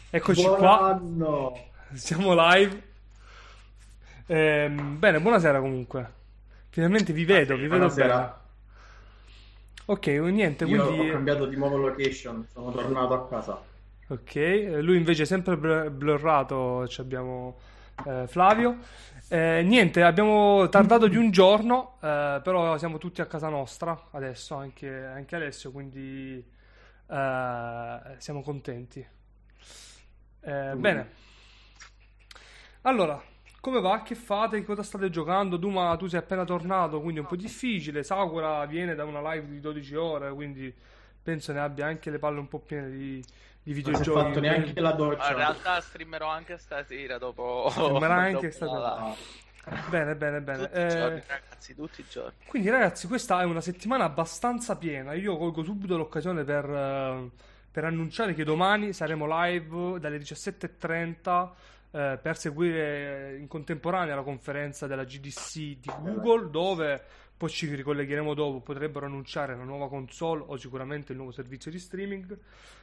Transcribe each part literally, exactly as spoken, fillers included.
Eccoci Buon qua, anno! siamo live. Ehm, bene, buonasera comunque. Finalmente vi Ah vedo, vi sì, vedo bene. buonasera. Ok, niente, Io ho quindi... cambiato di nuovo location, sono tornato a casa. Ok, eh, lui invece è sempre blur- blurrato, ci abbiamo eh, Flavio. Eh, niente, abbiamo tardato di un giorno, eh, però siamo tutti a casa nostra adesso, anche, anche Alessio, quindi eh, siamo contenti. Eh, bene, allora, come va? Che fate? Cosa state giocando? Duma, tu sei appena tornato, quindi è un po' difficile. Sakura viene da una live di dodici ore, quindi penso ne abbia anche le palle un po' piene di, di Non si è videogiochi. fatto Come... neanche la Ma in doccia. realtà streamerò anche stasera dopo, Streamerà anche dopo stasera. la live. Bene, bene, bene. Tutti i giorni, Eh, ragazzi, tutti i giorni. quindi ragazzi, questa è una settimana abbastanza piena. Io colgo subito l'occasione per, eh, per annunciare che domani saremo live dalle diciassette e trenta eh, per seguire in contemporanea la conferenza della G D C di Google, dove poi ci ricollegheremo dopo. Potrebbero annunciare la nuova console o sicuramente il nuovo servizio di streaming.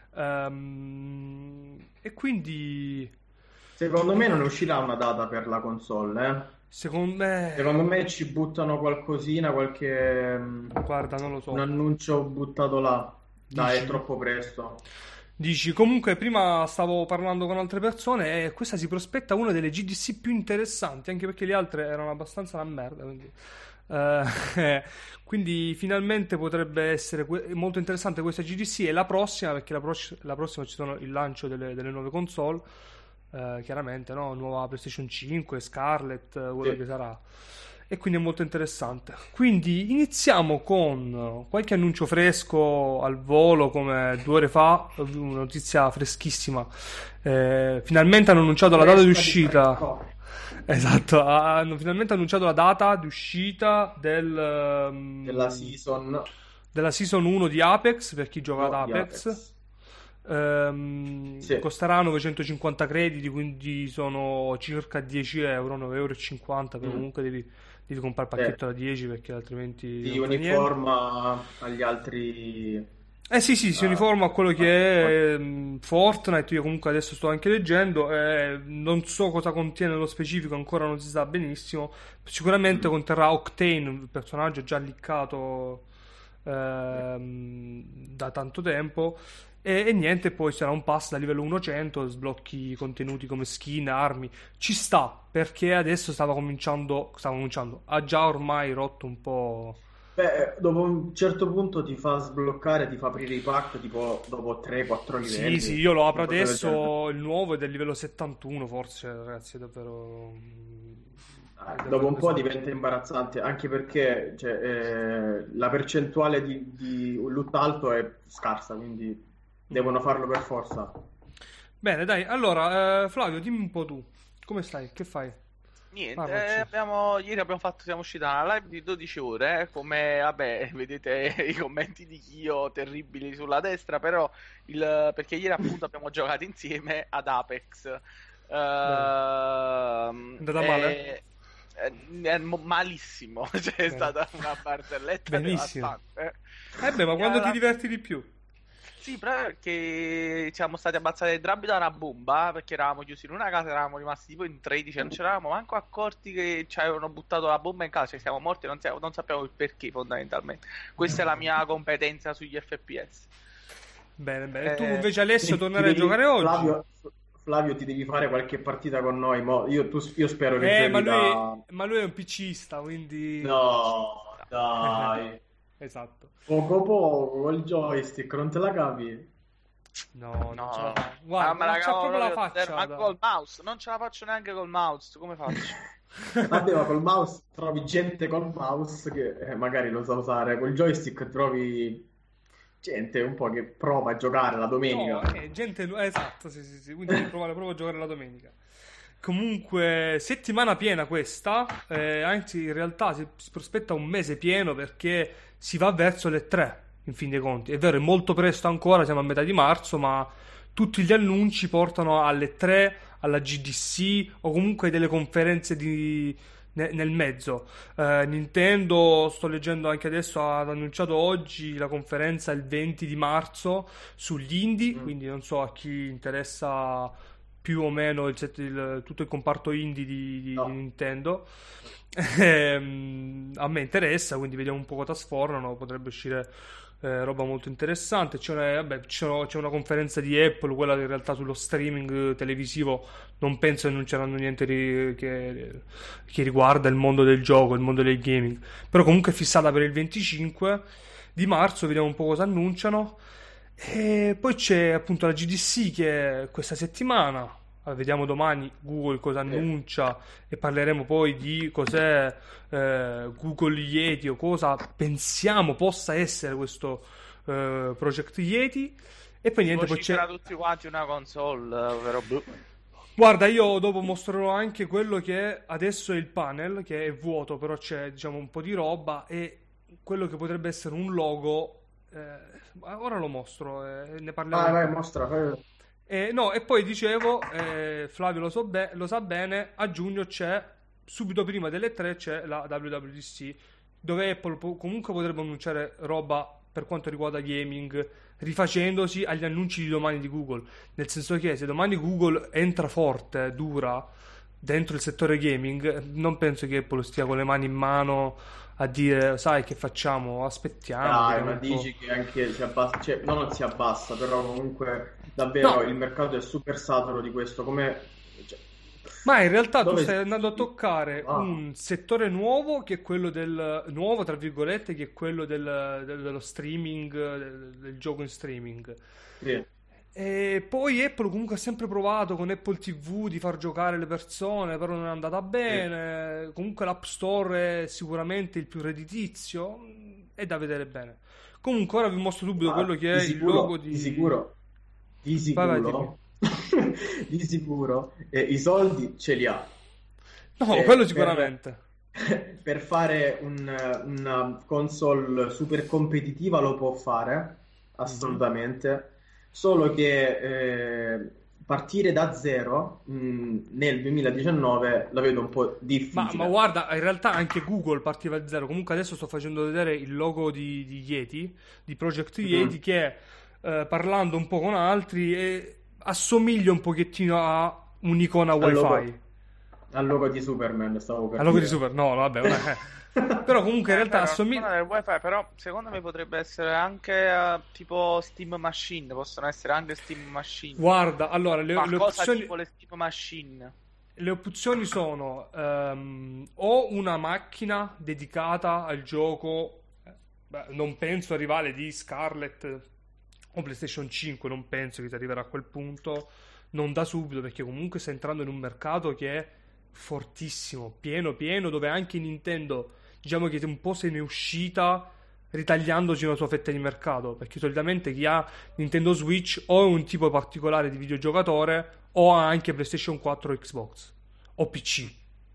Ehm, e quindi, Secondo me non uscirà una data per la console, eh. secondo me, Secondo me ci buttano qualcosina, qualche... mm, guarda, non lo un so. annuncio buttato là. Dai, è Dici? troppo presto. Dici, comunque prima stavo parlando con altre persone e questa si prospetta una delle G D C più interessanti, anche perché le altre erano abbastanza una merda, quindi, eh, quindi finalmente potrebbe essere que- molto interessante questa G D C e la prossima, perché la, pross- la prossima ci sono il lancio delle, delle nuove console, eh, chiaramente, no? Nuova PlayStation cinque, Scarlett, eh, quello Sì. che sarà. E quindi è molto interessante. Quindi iniziamo con qualche annuncio fresco al volo, come due ore fa, una notizia freschissima. Eh, finalmente hanno annunciato la data di Fresca di uscita. fresco. Esatto, hanno finalmente annunciato la data di uscita del, Della ehm, season della season uno di Apex, per chi gioca ad uno di Apex. Apex. Ehm, Sì. costerà novecentocinquanta crediti, quindi sono circa dieci euro, nove euro e cinquanta, però Mm. comunque devi, devi comprare il Sì. pacchetto da dieci perché altrimenti Si non fai niente. uniforma agli altri. Eh sì, sì, si Ah, uniforma a quello ah, che è ehm, Fortnite. Io comunque adesso sto anche leggendo e non so cosa contiene nello specifico, ancora non si sa benissimo. Sicuramente mm. conterrà Octane, un personaggio già liccato ehm, da tanto tempo. E, e niente, poi sarà un pass da livello cento, sblocchi contenuti come skin, armi. Ci sta, perché adesso stava cominciando, stava cominciando, ha già ormai rotto un po'. Beh, dopo un certo punto ti fa sbloccare, ti fa aprire i pack tipo dopo tre quattro Sì, sì, livelli, io lo apro una cosa del genere. adesso, il nuovo è del livello settantuno forse, ragazzi, è davvero... è Dai, dopo davvero un po' pesante. diventa imbarazzante, anche perché cioè, eh, la percentuale di, di un loot alto è scarsa, quindi Mm. devono farlo per forza. Bene, dai, allora, eh, Flavio, dimmi un po' tu, come stai? Che fai? Niente, eh, Parlaci. abbiamo, ieri abbiamo fatto, siamo usciti da una live di dodici ore, eh, come, vabbè, vedete i commenti di Kyo terribili sulla destra, però, il, perché ieri appunto abbiamo giocato insieme ad Apex. Bene. È Ehm, andata male? e- e- è mo- malissimo, cioè è Bene. stata una barzelletta Benissimo. devastante. Eh beh, ma E quando ti alla diverti di più? Sì, però perché siamo stati ammazzati entrambi da una bomba, perché eravamo chiusi in una casa, eravamo rimasti tipo in tredici, non ci eravamo manco accorti che ci avevano buttato la bomba in casa, cioè siamo morti e non, siamo- non sappiamo il perché fondamentalmente. Questa è la mia competenza sugli F P S. Bene, bene. E tu Eh, invece Alessio Ti, ti tornerai a devi, giocare oggi? Flavio, Flavio, ti devi fare qualche partita con noi. Mo. Io, tu- io spero che Eh, ma giochi lui, da... ma lui è un PCista, quindi... ci No, sta. dai. Esatto. Poco poco, col joystick, non te la capi? No, non ce la No, fa. ah, Guarda, me ma la c'ha cavo proprio la proprio zero, faccia ma da... col mouse, non ce la faccio neanche col mouse, come faccio? Vabbè, ma col mouse trovi gente col mouse che eh, magari lo sa usare, col joystick trovi gente un po' che prova a giocare la No, domenica. eh, gente... nu- Esatto, sì, sì, sì. Quindi devi provare proprio a giocare la domenica. Comunque, settimana piena questa, eh, anzi in realtà si, si prospetta un mese pieno perché si va verso le tre, in fin dei conti. È vero, è molto presto ancora, siamo a metà di marzo, ma tutti gli annunci portano alle tre, alla G D C o comunque delle conferenze di, ne- nel mezzo. Eh, Nintendo, sto leggendo anche adesso, ha annunciato oggi la conferenza il venti di marzo sugli indie, Mm. quindi non so a chi interessa più o meno il set- il- tutto il comparto indie di, di- di No. Nintendo. Ehm, a me interessa, quindi vediamo un po' cosa sfornano. Potrebbe uscire eh, roba molto interessante. C'è una, vabbè, ci sono- c'è una conferenza di Apple, quella in realtà sullo streaming televisivo. Non penso annunceranno niente ri- che, che riguarda il mondo del gioco, il mondo del gaming. Però comunque è fissata per il venticinque di marzo. Vediamo un po' cosa annunciano. E poi c'è appunto la G D C che è questa settimana. Ah, vediamo domani Google cosa Sì. annuncia e parleremo poi di cos'è eh, Google Yeti o cosa pensiamo possa essere questo eh, Project Yeti. E poi Si niente, poi vocifera c'è. tutti quanti una console, eh, ovvero boh. Guarda, io dopo mostrerò anche quello che è adesso è il panel, che è vuoto, però c'è diciamo un po' di roba e quello che potrebbe essere un logo. eh, ora lo mostro, eh, ne parliamo Vai, un vai, po'. mostra. fai- Eh, no, e poi dicevo, eh, Flavio lo, so be- lo sa bene, a giugno c'è, subito prima delle tre c'è la W W D C, dove Apple po- comunque potrebbe annunciare roba per quanto riguarda gaming, rifacendosi agli annunci di domani di Google. Nel senso che se domani Google entra forte, dura, dentro il settore gaming, non penso che Apple stia con le mani in mano a dire, sai che facciamo, aspettiamo, Dai, vediamo ma un po'. dici che anche si abbassa, cioè, no, non si abbassa, però comunque davvero No, il mercato è super saturo di questo. Come, cioè, ma in realtà tu dove stai si... andando a toccare Ah, un settore nuovo che è quello del nuovo, tra virgolette, che è quello del- del- dello streaming, del, del gioco in streaming. sì. E poi Apple comunque ha sempre provato con Apple T V di far giocare le persone, però non è andata Sì. bene. Comunque l'App Store è sicuramente il più redditizio, è da vedere bene. Comunque ora vi mostro subito quello Ma che di è il logo sicuro, di di. sicuro, di Vai, vai, dimmi. sicuro, di sicuro, eh, i soldi ce li ha. No, Eh, quello per, sicuramente. per fare un- una console super competitiva lo può fare, Mhm. assolutamente, solo che eh, partire da zero mh, nel duemiladiciannove la vedo un po' Ma, ma difficile. guarda, in realtà anche Google partiva da zero. Comunque adesso sto facendo vedere il logo di, di Yeti, di Project Yeti, Mhm. che eh, parlando un po' con altri eh, assomiglia un pochettino a un'icona Al wifi. logo, al logo di Superman, stavo per Al logo di dire. Super, no, vabbè, vabbè, eh. Però comunque in Eh, realtà vero, assomiglia. l'icona del wifi, però secondo me potrebbe essere anche eh, tipo Steam Machine, possono essere anche Steam Machine. Guarda, allora le, le Qualcosa opzioni. tipo le Steam Machine. Le opzioni sono ehm, o una macchina dedicata al gioco, eh, beh, non penso a rivale di Scarlett o PlayStation cinque, non penso che si arriverà a quel punto, non da subito, perché comunque sta entrando in un mercato che è fortissimo, pieno pieno, dove anche Nintendo, diciamo che un po' se ne è uscita ritagliandosi una sua fetta di mercato, perché solitamente chi ha Nintendo Switch o è un tipo particolare di videogiocatore o ha anche PlayStation quattro o Xbox o P C.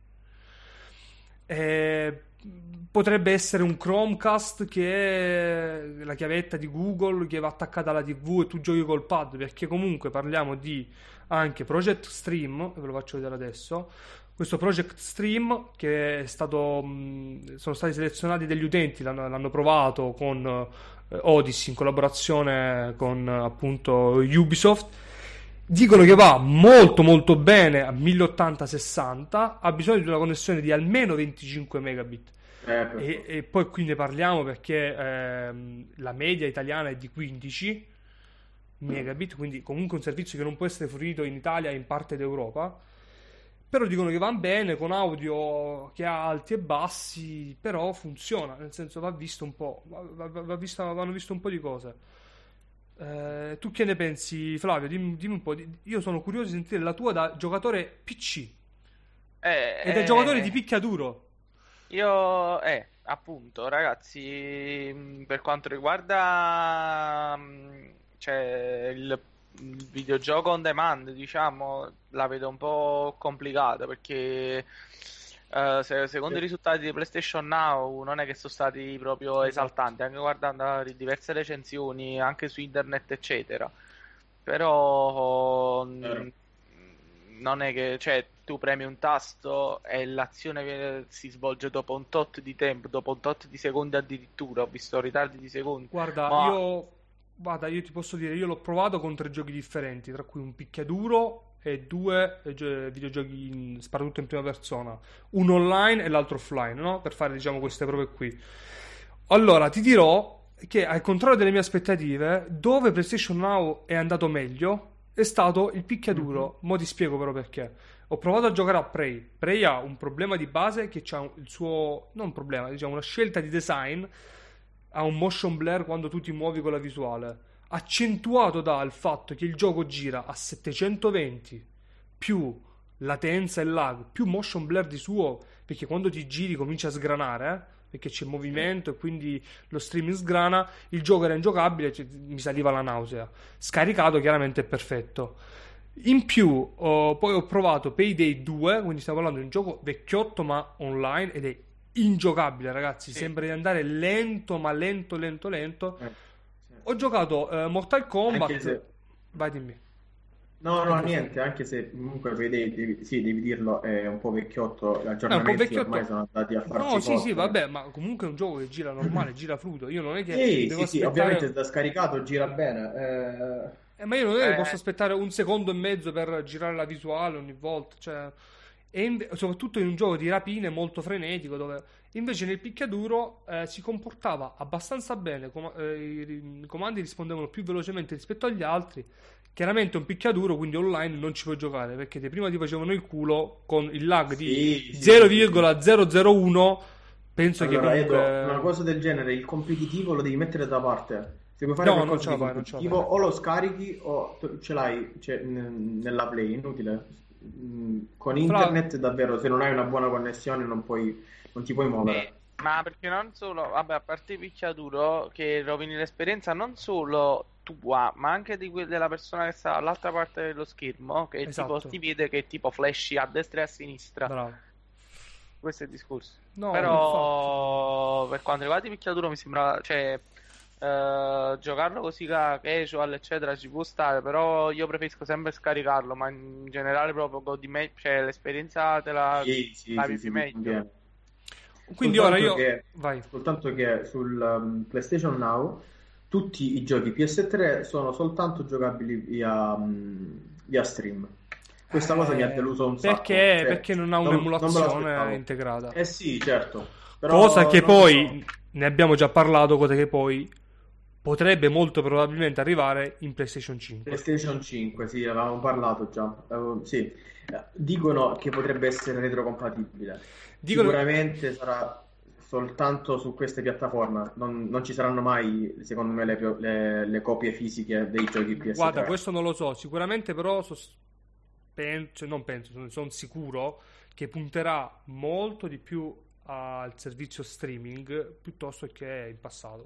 Eh, potrebbe essere un Chromecast, che è la chiavetta di Google che va attaccata alla T V e tu giochi col pad, perché comunque parliamo di anche Project Stream, ve lo faccio vedere adesso. Questo Project Stream che è stato mh, sono stati selezionati degli utenti, l'hanno, l'hanno provato con eh, Odyssey in collaborazione con eh, appunto Ubisoft. Dicono che va molto molto bene a mille ottanta sessanta, ha bisogno di una connessione di almeno venticinque megabit. Eh, per E, forza. e poi qui ne parliamo perché ehm, la media italiana è di quindici megabit, quindi comunque un servizio che non può essere fornito in Italia e in parte d'Europa. Però dicono che va bene con audio che ha alti e bassi, però funziona, nel senso va visto un po', va, va- va visto- vanno visto un po' di cose. Eh, tu che ne pensi, Flavio? Dimmi, dimmi un po'. di- Io sono curioso di sentire la tua da giocatore P C Eh, e da giocatore di eh, picchiaduro. io, eh, appunto, ragazzi, mh, per quanto riguarda, mh, cioè, il, il videogioco on demand, diciamo, la vedo un po' complicata perché eh, se- secondo i risultati di PlayStation Now non è che sono stati proprio Esatto. esaltanti, anche guardando diverse recensioni, anche su internet, eccetera. Però Vero. mh, non è che, cioè, tu premi un tasto e l'azione viene- si svolge dopo un tot di tempo, dopo un tot di secondi addirittura, ho visto ritardi di secondi. Guarda, Ma io, guarda, io ti posso dire, io l'ho provato con tre giochi differenti, tra cui un picchiaduro e due eh, gio- videogiochi in, sparatutto in prima persona, uno online e l'altro offline, no? Per fare, diciamo, queste prove qui. Allora, ti dirò che, al contrario delle mie aspettative, dove PlayStation Now è andato meglio è stato il picchiaduro. Mo' ti spiego però perché. Ho provato a giocare a Prey. Prey ha un problema di base che c'ha il suo... non un problema, diciamo una scelta di design. Ha un motion blur quando tu ti muovi con la visuale, accentuato dal fatto che il gioco gira a settecentoventi più latenza e lag, più motion blur di suo, perché quando ti giri comincia a sgranare, eh, perché c'è movimento e quindi lo streaming sgrana. Il gioco era ingiocabile, cioè, mi saliva la nausea. Scaricato chiaramente è perfetto. In più ho- poi ho provato Payday due, quindi stiamo parlando di un gioco vecchiotto ma online, ed è ingiocabile, ragazzi. sì, Sembra di andare lento ma lento lento lento. Eh, sì. Ho giocato eh, Mortal Kombat. Anche se... Vai, dimmi. No, no, niente, anche se comunque devi, devi- sì, devi dirlo, è un po' vecchiotto, gli No, è un po' aggiornamenti ormai vecchiotto. sono andati a farsi No, sì, sì, corto. vabbè, ma comunque è un gioco che gira normale, gira fluido. Io non è che Sì, devo sì, sì, ovviamente aspettare. da scaricato gira bene. eh, Eh, ma io non è che posso eh, aspettare un secondo e mezzo per girare la visuale ogni volta, cioè, e inve- soprattutto in un gioco di rapine molto frenetico, dove invece nel picchiaduro eh, si comportava abbastanza bene, com- eh, i, i comandi rispondevano più velocemente rispetto agli altri. Chiaramente è un picchiaduro, quindi online non ci puoi giocare, perché te prima ti facevano il culo con il lag di Sì, sì, sì, zero sì, sì. virgola zero zero uno. Penso che Allora, Edo, una comunque... cosa del genere, il competitivo lo devi mettere da parte. Se vuoi fare No, non qualcosa ce di la fai, non ce la competitivo, fai. o lo scarichi o t- ce l'hai cioè, n- nella Play, inutile. Mm, Con Fra... internet, davvero, se non hai una buona connessione non puoi, non ti puoi muovere. eh, ma perché non solo, vabbè, a parte il picchiaduro che rovini l'esperienza non solo tua, ma anche di que- della persona che sta dall'altra parte dello schermo, che tipo Esatto, si vede che tipo flashy a destra e a sinistra. bravo. Questo è il discorso. No, ma infatti... Però per quanto riguarda il picchiaduro mi sembra, cioè, eh, giocarlo così ca- casual, eccetera, ci può stare, però io preferisco sempre scaricarlo, ma in generale proprio godi me- cioè l'esperienza te la, Sì, sì, la sì, vivi sì, ti meglio. conviene. Quindi ora Soltanto io... che, Vai. soltanto che sul um, PlayStation Now tutti i giochi P S tre sono soltanto giocabili via, um, via stream. Questa cosa mi ha Eh, deluso un sacco. perché, Cioè, perché non ha non, non me un'emulazione l'aspettavo. integrata. Eh sì, certo, Cosa però che non lo so. poi, ne abbiamo già parlato, cosa che poi potrebbe molto probabilmente arrivare in PlayStation cinque. PlayStation cinque, sì, avevamo parlato già. Eh, sì. Eh, Dicono che potrebbe essere retrocompatibile. Dicono... Sicuramente sarà soltanto su queste piattaforme. Non, non ci saranno mai, secondo me, le, le- le copie fisiche dei giochi Guarda, P S tre. questo non lo so, sicuramente però sos- penso, non penso, sono, sono sicuro che punterà molto di più al servizio streaming piuttosto che in passato.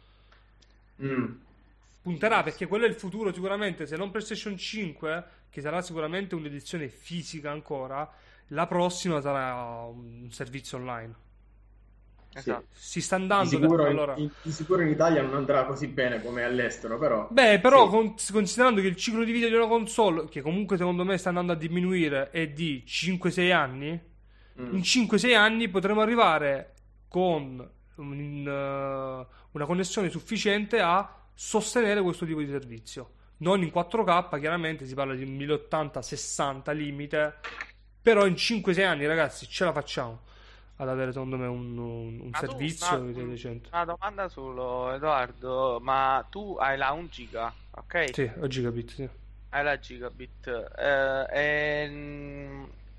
Mm. Punterà perché quello è il futuro sicuramente, se non PlayStation cinque, che sarà sicuramente un'edizione fisica ancora, la prossima sarà un servizio online. Sì. Esatto. Si sta Di andando da- sicuro, allora... in, di sicuro in Italia non andrà così bene come all'estero, però Beh, però sì. con- considerando che il ciclo di vita di una console, che comunque secondo me sta andando a diminuire, è di cinque sei anni, Mm. in cinque sei anni potremo arrivare con un, eh, una connessione sufficiente a sostenere questo tipo di servizio. Non in quattro K, chiaramente si parla di mille ottanta sessanta limite, però in cinque sei anni, ragazzi, ce la facciamo ad avere secondo me un, un- un Ma tu, servizio una, di decente. una domanda solo, Edoardo, ma tu hai la un giga, ok? Sì, a gigabit, sì. Hai la gigabit. eh, e, mm,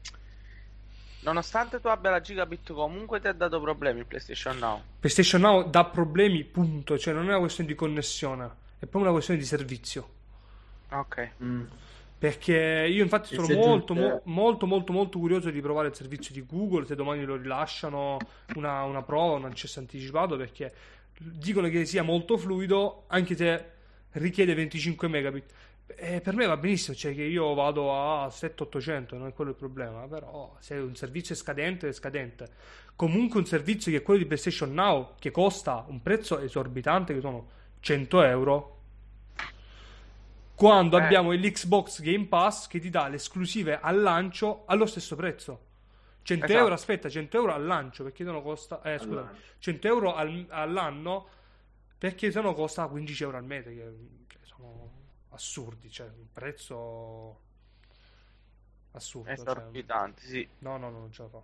nonostante tu abbia la gigabit, comunque ti ha dato problemi il PlayStation Now. PlayStation Now dà problemi, punto. Cioè, non è una questione di connessione, è proprio una questione di servizio. Ok. Mm. Perché io, infatti, E sono se molto, giunge- mo- molto, molto, molto curioso di provare il servizio di Google. Se domani lo rilasciano, una, una prova, un accesso anticipato. Perché dicono che sia molto fluido, anche se richiede venticinque megabit. E per me va benissimo, cioè che io vado a sette ottocento, non è quello il problema. Però se un servizio è scadente, è scadente. Comunque un servizio che è quello di PlayStation Now, che costa un prezzo esorbitante, che sono cento euro, quando Eh. abbiamo l'Xbox Game Pass che ti dà le esclusive al lancio allo stesso prezzo. cento Esatto. euro, aspetta, cento euro al lancio, perché sennò costa... Eh, scusa, lancio. cento euro al- all'anno, perché sennò costa quindici euro al mese, che cioè, sono assurdi, cioè, un prezzo assurdo. Cioè, Esorbitanti, sì. no, no, no, non ce la fa.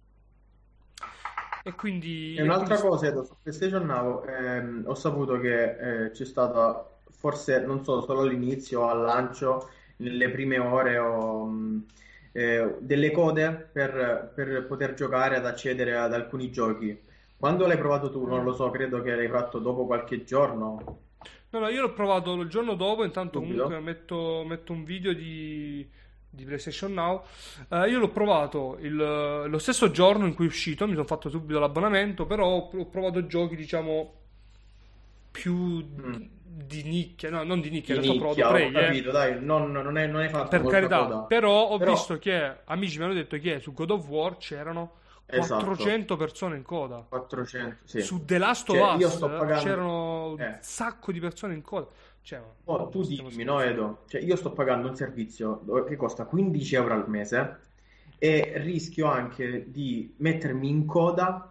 E quindi... E un'altra quindi- cosa, Edo, su PlayStation Now, ehm, ho saputo che eh, c'è stata, forse non so, solo all'inizio o al lancio, nelle prime ore, o, mh, eh, delle code per, per poter giocare ad accedere ad alcuni giochi. Quando l'hai provato tu, non lo so, credo che l'hai fatto dopo qualche giorno. No, no, io l'ho provato il giorno dopo, intanto Subito? comunque metto, metto un video di, di PlayStation Now. Eh, io l'ho provato il- lo stesso giorno in cui è uscito, mi sono fatto subito l'abbonamento, però ho, ho provato giochi, diciamo, più Mm. di nicchia, no, non di nicchia, Di in realtà ho nicchia, provato ho Prey, eh. capito, dai, non, non hai, non hai fatto Per molta carità, coda. però ho Però- visto che amici mi hanno detto che su God of War c'erano Esatto. quattrocento persone in coda. quattrocento, sì. Su The Last of Cioè, Us io sto pagando- c'erano un Eh. sacco di persone in coda. Cioè, Oh, tu stiamo dimmi, no, scherzando. Edo? Cioè, io sto pagando un servizio dove- che costa quindici euro al mese e rischio anche di mettermi in coda.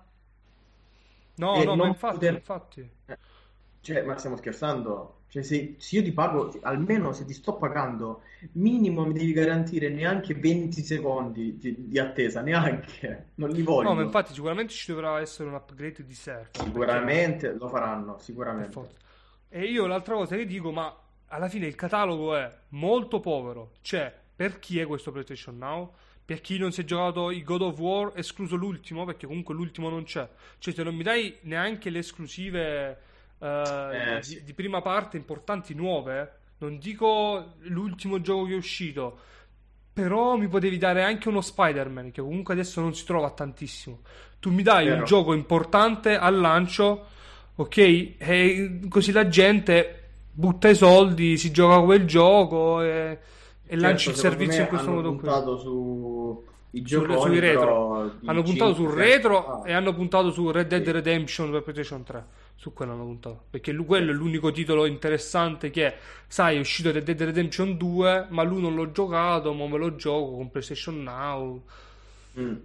No, e no, ma non infatti, poter- infatti. Eh, Cioè, ma stiamo scherzando? Cioè, se, se io ti pago, almeno se ti sto pagando, minimo mi devi garantire neanche venti secondi di, di attesa, neanche. Non li voglio. No, ma infatti sicuramente ci dovrà essere un upgrade di server. Sicuramente lo faranno, perché- per sicuramente. forza. E io l'altra cosa che dico, ma alla fine il catalogo è molto povero. Cioè, per chi è questo PlayStation Now? Per chi non si è giocato i God of War, escluso l'ultimo, perché comunque l'ultimo non c'è. Cioè, se non mi dai neanche le esclusive eh, Eh, di, sì. di prima parte importanti nuove, non dico l'ultimo gioco che è uscito, però mi potevi dare anche uno Spider-Man, che comunque adesso non si trova tantissimo. Tu mi dai Vero. un gioco importante al lancio, ok? E così la gente butta i soldi, si gioca quel gioco e, e lanci il Certo, secondo servizio me in questo hanno modo qui. puntato su i Sul- gioconi, sui retro. però di Hanno puntato sul cinque retro ah, e hanno puntato su Red Dead Sì. Redemption per PlayStation tre. Su quello hanno puntato. Perché lu- quello è l'unico titolo interessante che è, sai, è uscito Red Dead Redemption due, ma lui non l'ho giocato, ma me lo gioco con PlayStation Now. mm.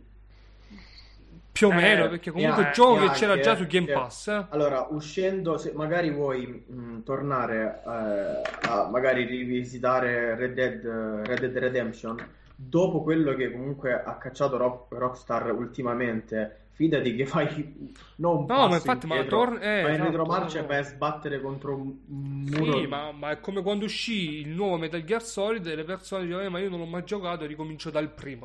Più o Eh, meno, perché comunque e il gioco e che c'era anche, già su Game cioè, Pass. eh. Allora, uscendo, se magari vuoi mh, tornare eh, a magari rivisitare Red Dead, Red Dead Redemption, dopo quello che comunque ha cacciato Rock- Rockstar ultimamente, fidati che fai non un No, passo ma infatti, ma indietro, torn- eh, vai in esatto, retromarcia no, e no. vai a sbattere contro un un muro. Sì, ma, ma è come quando uscì il nuovo Metal Gear Solid e le persone dicevano, "Eh, ma io non l'ho mai giocato e ricomincio dal primo."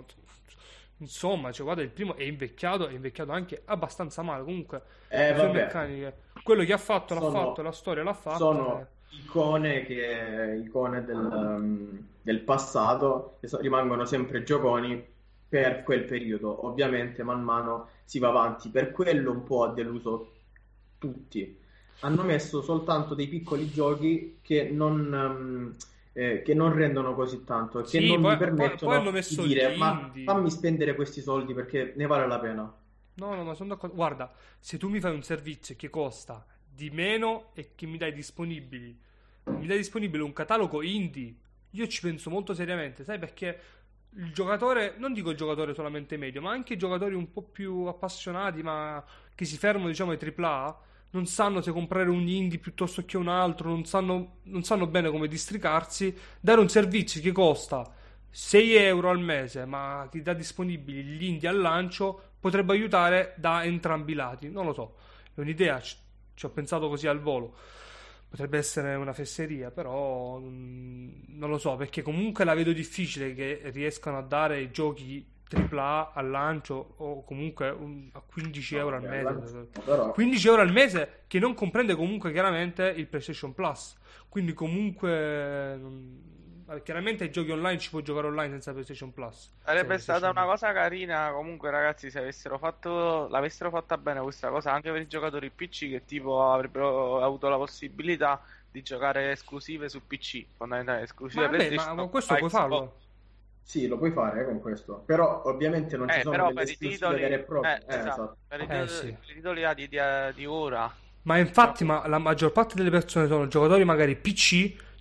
Insomma, cioè, guarda, il primo è invecchiato, è invecchiato anche abbastanza male. Comunque, Eh, le sue vabbè. meccaniche, quello che ha fatto l'ha Sono- fatto, la storia l'ha fatta. Sono eh. icone, che, icone del, um, del passato che so- rimangono sempre gioconi per quel periodo. Ovviamente man mano si va avanti. Per quello un po' ha deluso tutti. Hanno messo soltanto dei piccoli giochi che non, um, eh, che non rendono così tanto e che Sì, non poi- mi permettono poi- poi hanno messo di dire gli ma indie." fammi spendere questi soldi perché ne vale la pena. No, no, ma sono d'accordo. Guarda, se tu mi fai un servizio che costa di meno e che mi dai disponibili, mi dai disponibile un catalogo indie, io ci penso molto seriamente, sai, perché il giocatore, non dico il giocatore solamente medio, ma anche i giocatori un po' più appassionati, ma che si fermano, diciamo, ai tripla A, non sanno se comprare un indie piuttosto che un altro, non sanno, non sanno bene come districarsi. Dare un servizio che costa sei euro al mese, ma che dà disponibili gli indie al lancio, potrebbe aiutare da entrambi i lati. Non lo so, è un'idea, ci, ci ho pensato così al volo. Potrebbe essere una fesseria, però mm, non lo so, perché comunque la vedo difficile che riescano a dare giochi tripla A al lancio o comunque un- a quindici euro al No, mese. però quindici euro al mese che non comprende comunque chiaramente il PlayStation Plus. Quindi comunque non- eh, chiaramente i giochi online ci puoi giocare online senza PlayStation Plus. Sarebbe Senza stata una PlayStation cosa carina comunque ragazzi se avessero fatto l'avessero fatta bene questa cosa anche per i giocatori P C che tipo avrebbero avuto la possibilità di giocare esclusive su P C, fondamentalmente Plus. esclusive Ma, vabbè, PlayStation, ma questo ma puoi Xbox. farlo. sì, lo puoi fare eh, con questo. Però ovviamente non ci Eh, sono però delle per i esclusive titoli, vere e proprie. eh, Eh, esatto, esatto. per i Eh, titoli, sì. per i titoli ah, di, di, di ora. Ma infatti, ma la maggior parte delle persone sono giocatori magari P C,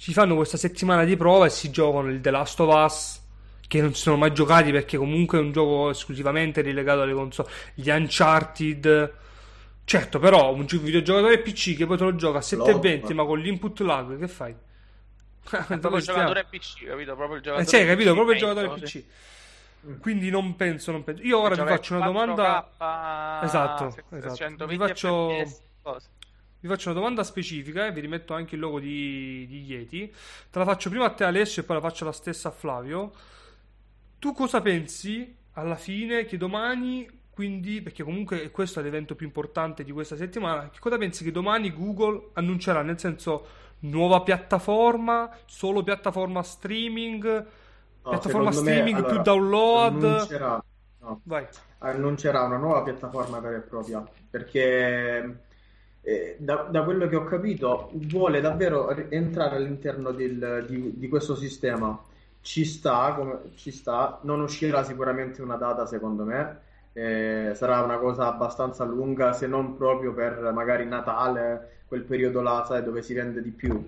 si fanno questa settimana di prova e si giocano il The Last of Us, che non si sono mai giocati perché comunque è un gioco esclusivamente rilegato alle console, gli Uncharted. Certo, però un gi- videogiocatore P C che poi te lo gioca a settecentoventi ma con l'input lag, che fai? È proprio il giocatore P C, capito? Proprio il Eh, giocatore sì, capito, P C, proprio il penso, giocatore P sì. C. Quindi non penso, non penso. Io ora vi Gioca faccio una domanda. quattro K, Esatto, esatto. Vi settecentoventi faccio, F P S, cosa. vi faccio una domanda specifica e vi rimetto anche il logo di, di Yeti. Te la faccio prima a te, Alessio, e poi la faccio la stessa a Flavio. Tu cosa pensi alla fine che domani, quindi, perché comunque questo è l'evento più importante di questa settimana, che cosa pensi che domani Google annuncerà? Nel senso, nuova piattaforma, solo piattaforma streaming, No, piattaforma secondo me, streaming più allora, download? annuncerà, no, Vai. annuncerà una nuova piattaforma vera e propria, perché eh, da, da quello che ho capito vuole davvero ri- entrare all'interno del- di, di questo sistema. Ci sta, come, ci sta, non uscirà sicuramente una data secondo me, eh, sarà una cosa abbastanza lunga, se non proprio per magari Natale, quel periodo là, sai, dove si vende di più.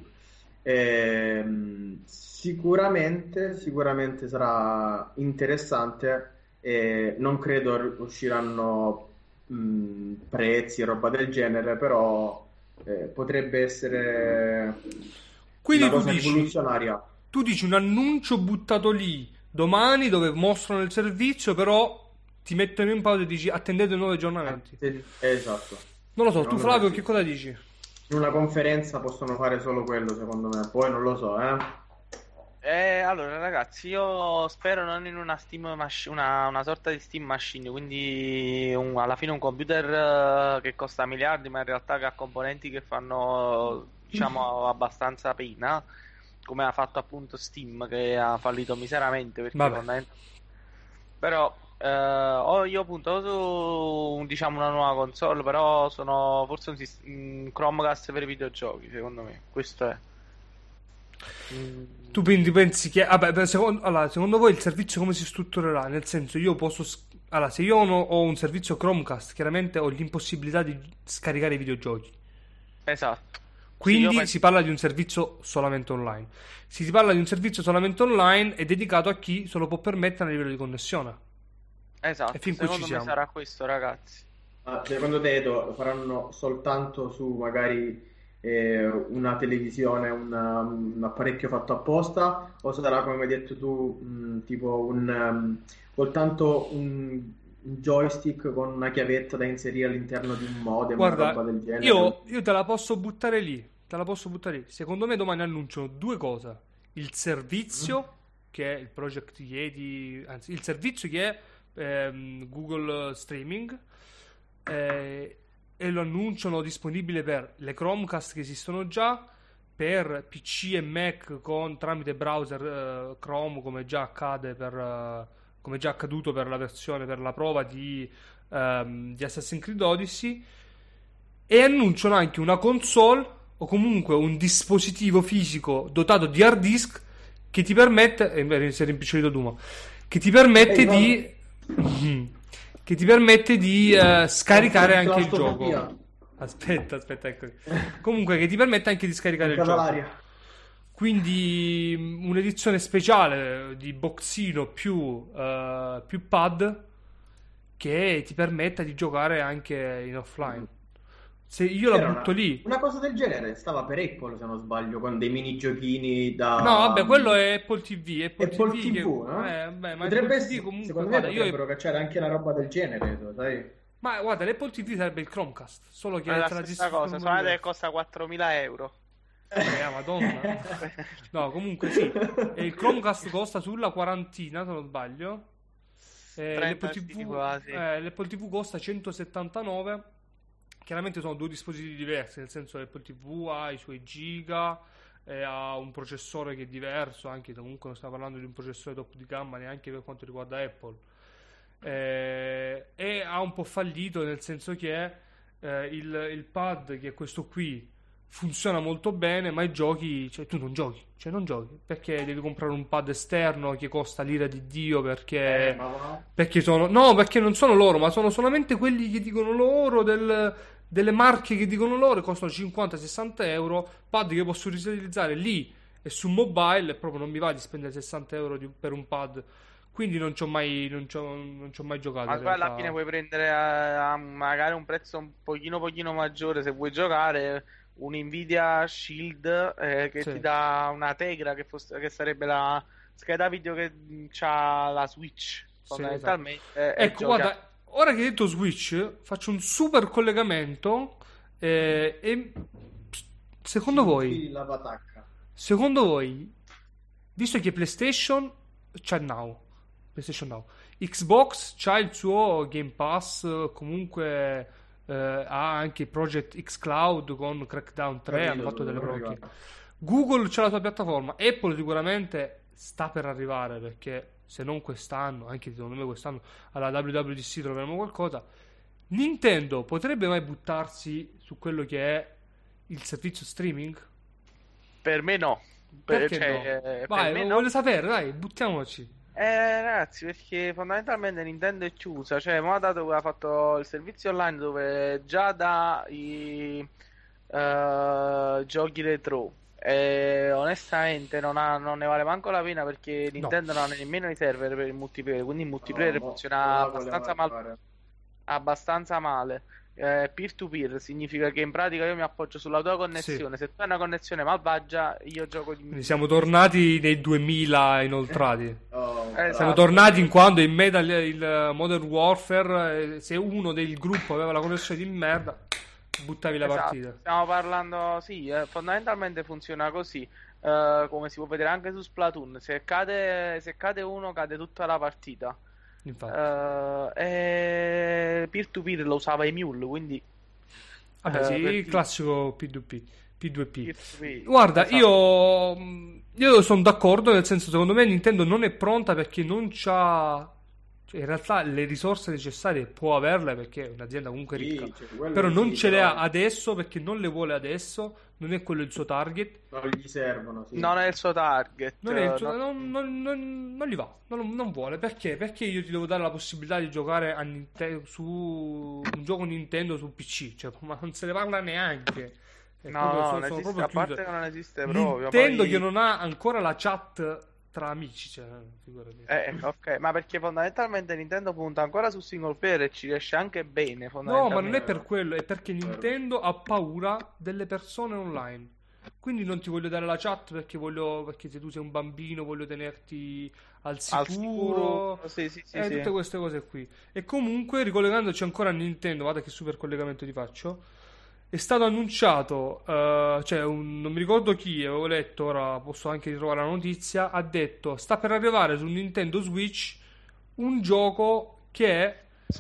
Ehm, sicuramente, sicuramente sarà interessante e non credo r- usciranno mh, prezzi e roba del genere, però eh, potrebbe essere Quindi una tu cosa dici, rivoluzionaria. tu dici un annuncio buttato lì domani dove mostrano il servizio, però ti mettono in pausa e dici attendete nuovi aggiornamenti. Sì, esatto. Non lo so, tu Secondo me Flavio sì. che cosa dici? In una conferenza possono fare solo quello, secondo me. Poi non lo so, eh. Eh, allora ragazzi, io spero non in una Steam mach- una, una sorta di Steam Machine, quindi un- alla fine un computer eh, che costa miliardi, ma in realtà che ha componenti che fanno, diciamo, abbastanza pena, come ha fatto appunto Steam, che ha fallito miseramente perché Vabbè. fondament- però eh, ho io punto su diciamo una nuova console, però sono forse un, sis- un Chromecast per i videogiochi, secondo me. Questo è. Mm, Tu quindi pensi che, vabbè, beh, secondo, allora, secondo voi il servizio come si strutturerà? Nel senso, io posso, s- allora, se io no- ho un servizio Chromecast, chiaramente ho l'impossibilità di scaricare i videogiochi. esatto. Quindi Sì, io penso- si parla di un servizio solamente online. Se si parla di un servizio solamente online, è dedicato a chi se lo può permettere a livello di connessione. esatto, E fin qui ci secondo me siamo. sarà questo, ragazzi. Ma secondo te Edo, lo faranno soltanto su magari eh, una televisione, una- un apparecchio fatto apposta, o sarà come hai detto tu, mh, tipo un, um, soltanto un, un joystick con una chiavetta da inserire all'interno di un modem, una roba Guarda, del genere? io, io te la posso buttare lì. Te la posso buttare lì. Secondo me domani annunciano due cose. Il servizio, che è il Project Yeti, anzi, il servizio che è ehm, Google Streaming, eh, e lo annunciano disponibile per le Chromecast che esistono già, per P C e Mac con, tramite browser eh, Chrome, come già accade per, eh, come già accaduto per la versione, per la prova di, ehm, di Assassin's Creed Odyssey, e annunciano anche una console o comunque un dispositivo fisico dotato di hard disk che ti permette, e beh, si è rimpicciolito Duma, che ti permette Ehi, di che ti permette di eh, scaricare anche il gioco. Claustrofobia. Aspetta, aspetta, ecco. Comunque che ti permette anche di scaricare il Manca gioco. l'aria. Quindi mh, un'edizione speciale di boxino più, eh, più pad che ti permetta di giocare anche in offline. Se io la C'era butto una, lì. una cosa del genere stava per Apple, se non sbaglio, con dei minigiochini da No, vabbè, quello è Apple T V. Apple, Apple T V, che- T V, no? eh, vabbè, ma Potrebbe Apple T V essere, comunque, secondo me guarda, io potrebbero cacciare anche una roba del genere, tu, sai? ma guarda, l'Apple T V sarebbe il Chromecast, solo che È la te la stessa gestiscono cosa, un po' solamente che diverso. costa quattromila euro. Eh, Madonna. No, comunque sì. E il Chromecast costa sulla quarantina, se non sbaglio. Eh, trenta l'Apple sì, T V, quasi. eh, l'Apple T V costa centosettantanove. Chiaramente sono due dispositivi diversi, nel senso che l'Apple T V ha i suoi giga, e ha un processore che è diverso, anche comunque non stiamo parlando di un processore top di gamma neanche per quanto riguarda Apple. Eh, e ha un po' fallito, nel senso che eh, il, il pad, che è questo qui, funziona molto bene, ma i giochi, cioè tu non giochi, cioè non giochi, perché devi comprare un pad esterno che costa l'ira di Dio, perché Eh, ma va. perché sono no, perché non sono loro, ma sono solamente quelli che dicono loro, del, delle marche che dicono loro, e costano cinquanta sessanta euro, pad che posso riutilizzare lì e su mobile proprio non mi va di spendere sessanta euro di- per un pad, quindi non ci ho mai, non ci ho, non ci ho mai giocato Ma in poi alla realtà. fine puoi prendere a, a magari un prezzo un pochino pochino maggiore se vuoi giocare un Nvidia Shield eh, che Sì. ti dà una Tegra che, fosse- che sarebbe la scheda video che mh, c'ha la Switch Sì, fondamentalmente e Ecco, giochi a- guarda, ora che hai detto Switch, faccio un super collegamento. eh, e secondo Ci voi, infili la patacca. secondo voi, visto che PlayStation c'ha Now, PlayStation Now, Xbox c'ha il suo Game Pass, eh, comunque eh, ha anche Project X Cloud con Crackdown tre, hanno Capito fatto dove delle vorrei prove. arrivare. Google c'ha la sua piattaforma, Apple sicuramente sta per arrivare, perché se non quest'anno, anche secondo me quest'anno alla W W D C troveremo qualcosa. Nintendo potrebbe mai buttarsi su quello che è il servizio streaming? per me no. Per, Perché cioè, no? eh, per Vai, me lo no. voglio sapere, dai, buttiamoci. Eh, ragazzi, perché fondamentalmente Nintendo è chiusa, cioè, mo ha dato, ha fatto il servizio online dove già dà i eh, giochi retro. E onestamente non, ha- non ne vale manco la pena perché No. Nintendo non ha nemmeno i server per il multiplayer, quindi il multiplayer No, mo- funziona mo la abbastanza, voleva mal- fare. abbastanza male. Eh, peer to peer significa che in pratica io mi appoggio sulla tua connessione. Se tu hai una connessione malvagia, io gioco di Quindi siamo tornati nei duemila inoltrati. Oh, Esatto. Siamo tornati in quando in meta il, il Modern Warfare, eh, se uno del gruppo aveva la connessione di merda, buttavi la Esatto, partita. stiamo parlando, sì, eh, fondamentalmente funziona così, eh, come si può vedere anche su Splatoon, se cade, se cade uno cade tutta la partita. Infatti. Eh, e peer to peer lo usava Emule, quindi Vabbè, eh, sì, per il dire- classico P due P, P due P. peer to peer, Guarda, esatto. io, io sono d'accordo, nel senso, secondo me Nintendo non è pronta perché non c'ha, cioè, in realtà le risorse necessarie può averle perché è un'azienda comunque Sì, ricca, cioè, quello però non sì, ce le però ha adesso perché non le vuole adesso, non è quello il suo target. non gli servono, sì. Non è il suo target. Non, è il eh, suo- non- non, non- non- non gli va, non, non vuole. Perché? Perché io ti devo dare la possibilità di giocare a Ninte- su un gioco Nintendo su P C, cioè, ma non se ne parla neanche. È No, proprio- no, sono- non sono esiste, proprio a parte chiuse. che non esiste proprio. Nintendo poi- che non ha ancora la chat tra amici, cioè, figurati. Eh, ok, ma perché fondamentalmente Nintendo punta ancora su single player e ci riesce anche bene, No, ma non è fondamentalmente. per quello, è perché Nintendo ha paura delle persone online. Quindi non ti voglio dare la chat perché voglio, perché se tu sei un bambino voglio tenerti al sicuro, Al sicuro, sì, sì, sì, eh, sì. tutte queste cose qui. E comunque, ricollegandoci ancora a Nintendo, guarda che super collegamento ti faccio. È stato annunciato, eh, cioè un- non mi ricordo chi, avevo letto, ora posso anche ritrovare la notizia, ha detto sta per arrivare su Nintendo Switch un gioco che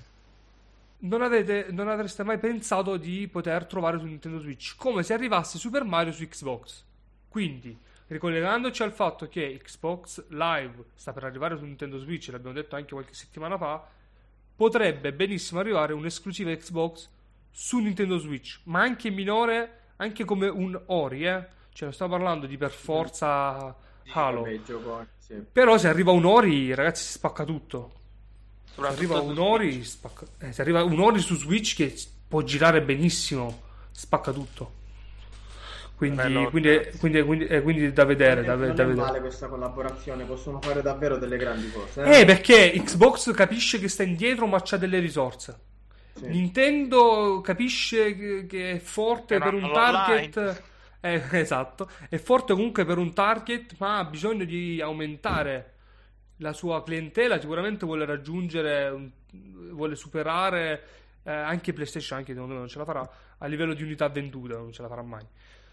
non, avete, non avreste mai pensato di poter trovare su Nintendo Switch, come se arrivasse Super Mario su Xbox. Quindi, ricollegandoci al fatto che Xbox Live sta per arrivare su Nintendo Switch, l'abbiamo detto anche qualche settimana fa, potrebbe benissimo arrivare un'esclusiva Xbox su Nintendo Switch, ma anche minore, anche come un Ori, eh? Cioè, non stiamo parlando di per forza Sì, Halo. vabbè, i gioconi, sì. Però se arriva un Ori, ragazzi, si spacca tutto. Se Soprattutto arriva su un Ori, Switch. spacca... eh, se arriva un Ori su Switch che può girare benissimo, spacca tutto. Quindi, Bello, quindi, ragazzi. quindi, quindi, eh, quindi da vedere, da, Non è, da non è vedere. male questa collaborazione, possono fare davvero delle grandi cose. Eh? Eh, perché Xbox capisce che sta indietro, ma c'ha delle risorse. Sì. Nintendo capisce che, che è forte Che per non un ha target. Eh, esatto, è forte comunque per un target, ma ha bisogno di aumentare la sua clientela. Sicuramente vuole raggiungere, un- vuole superare eh, anche PlayStation, anche secondo me non ce la farà a livello di unità vendute, non ce la farà mai.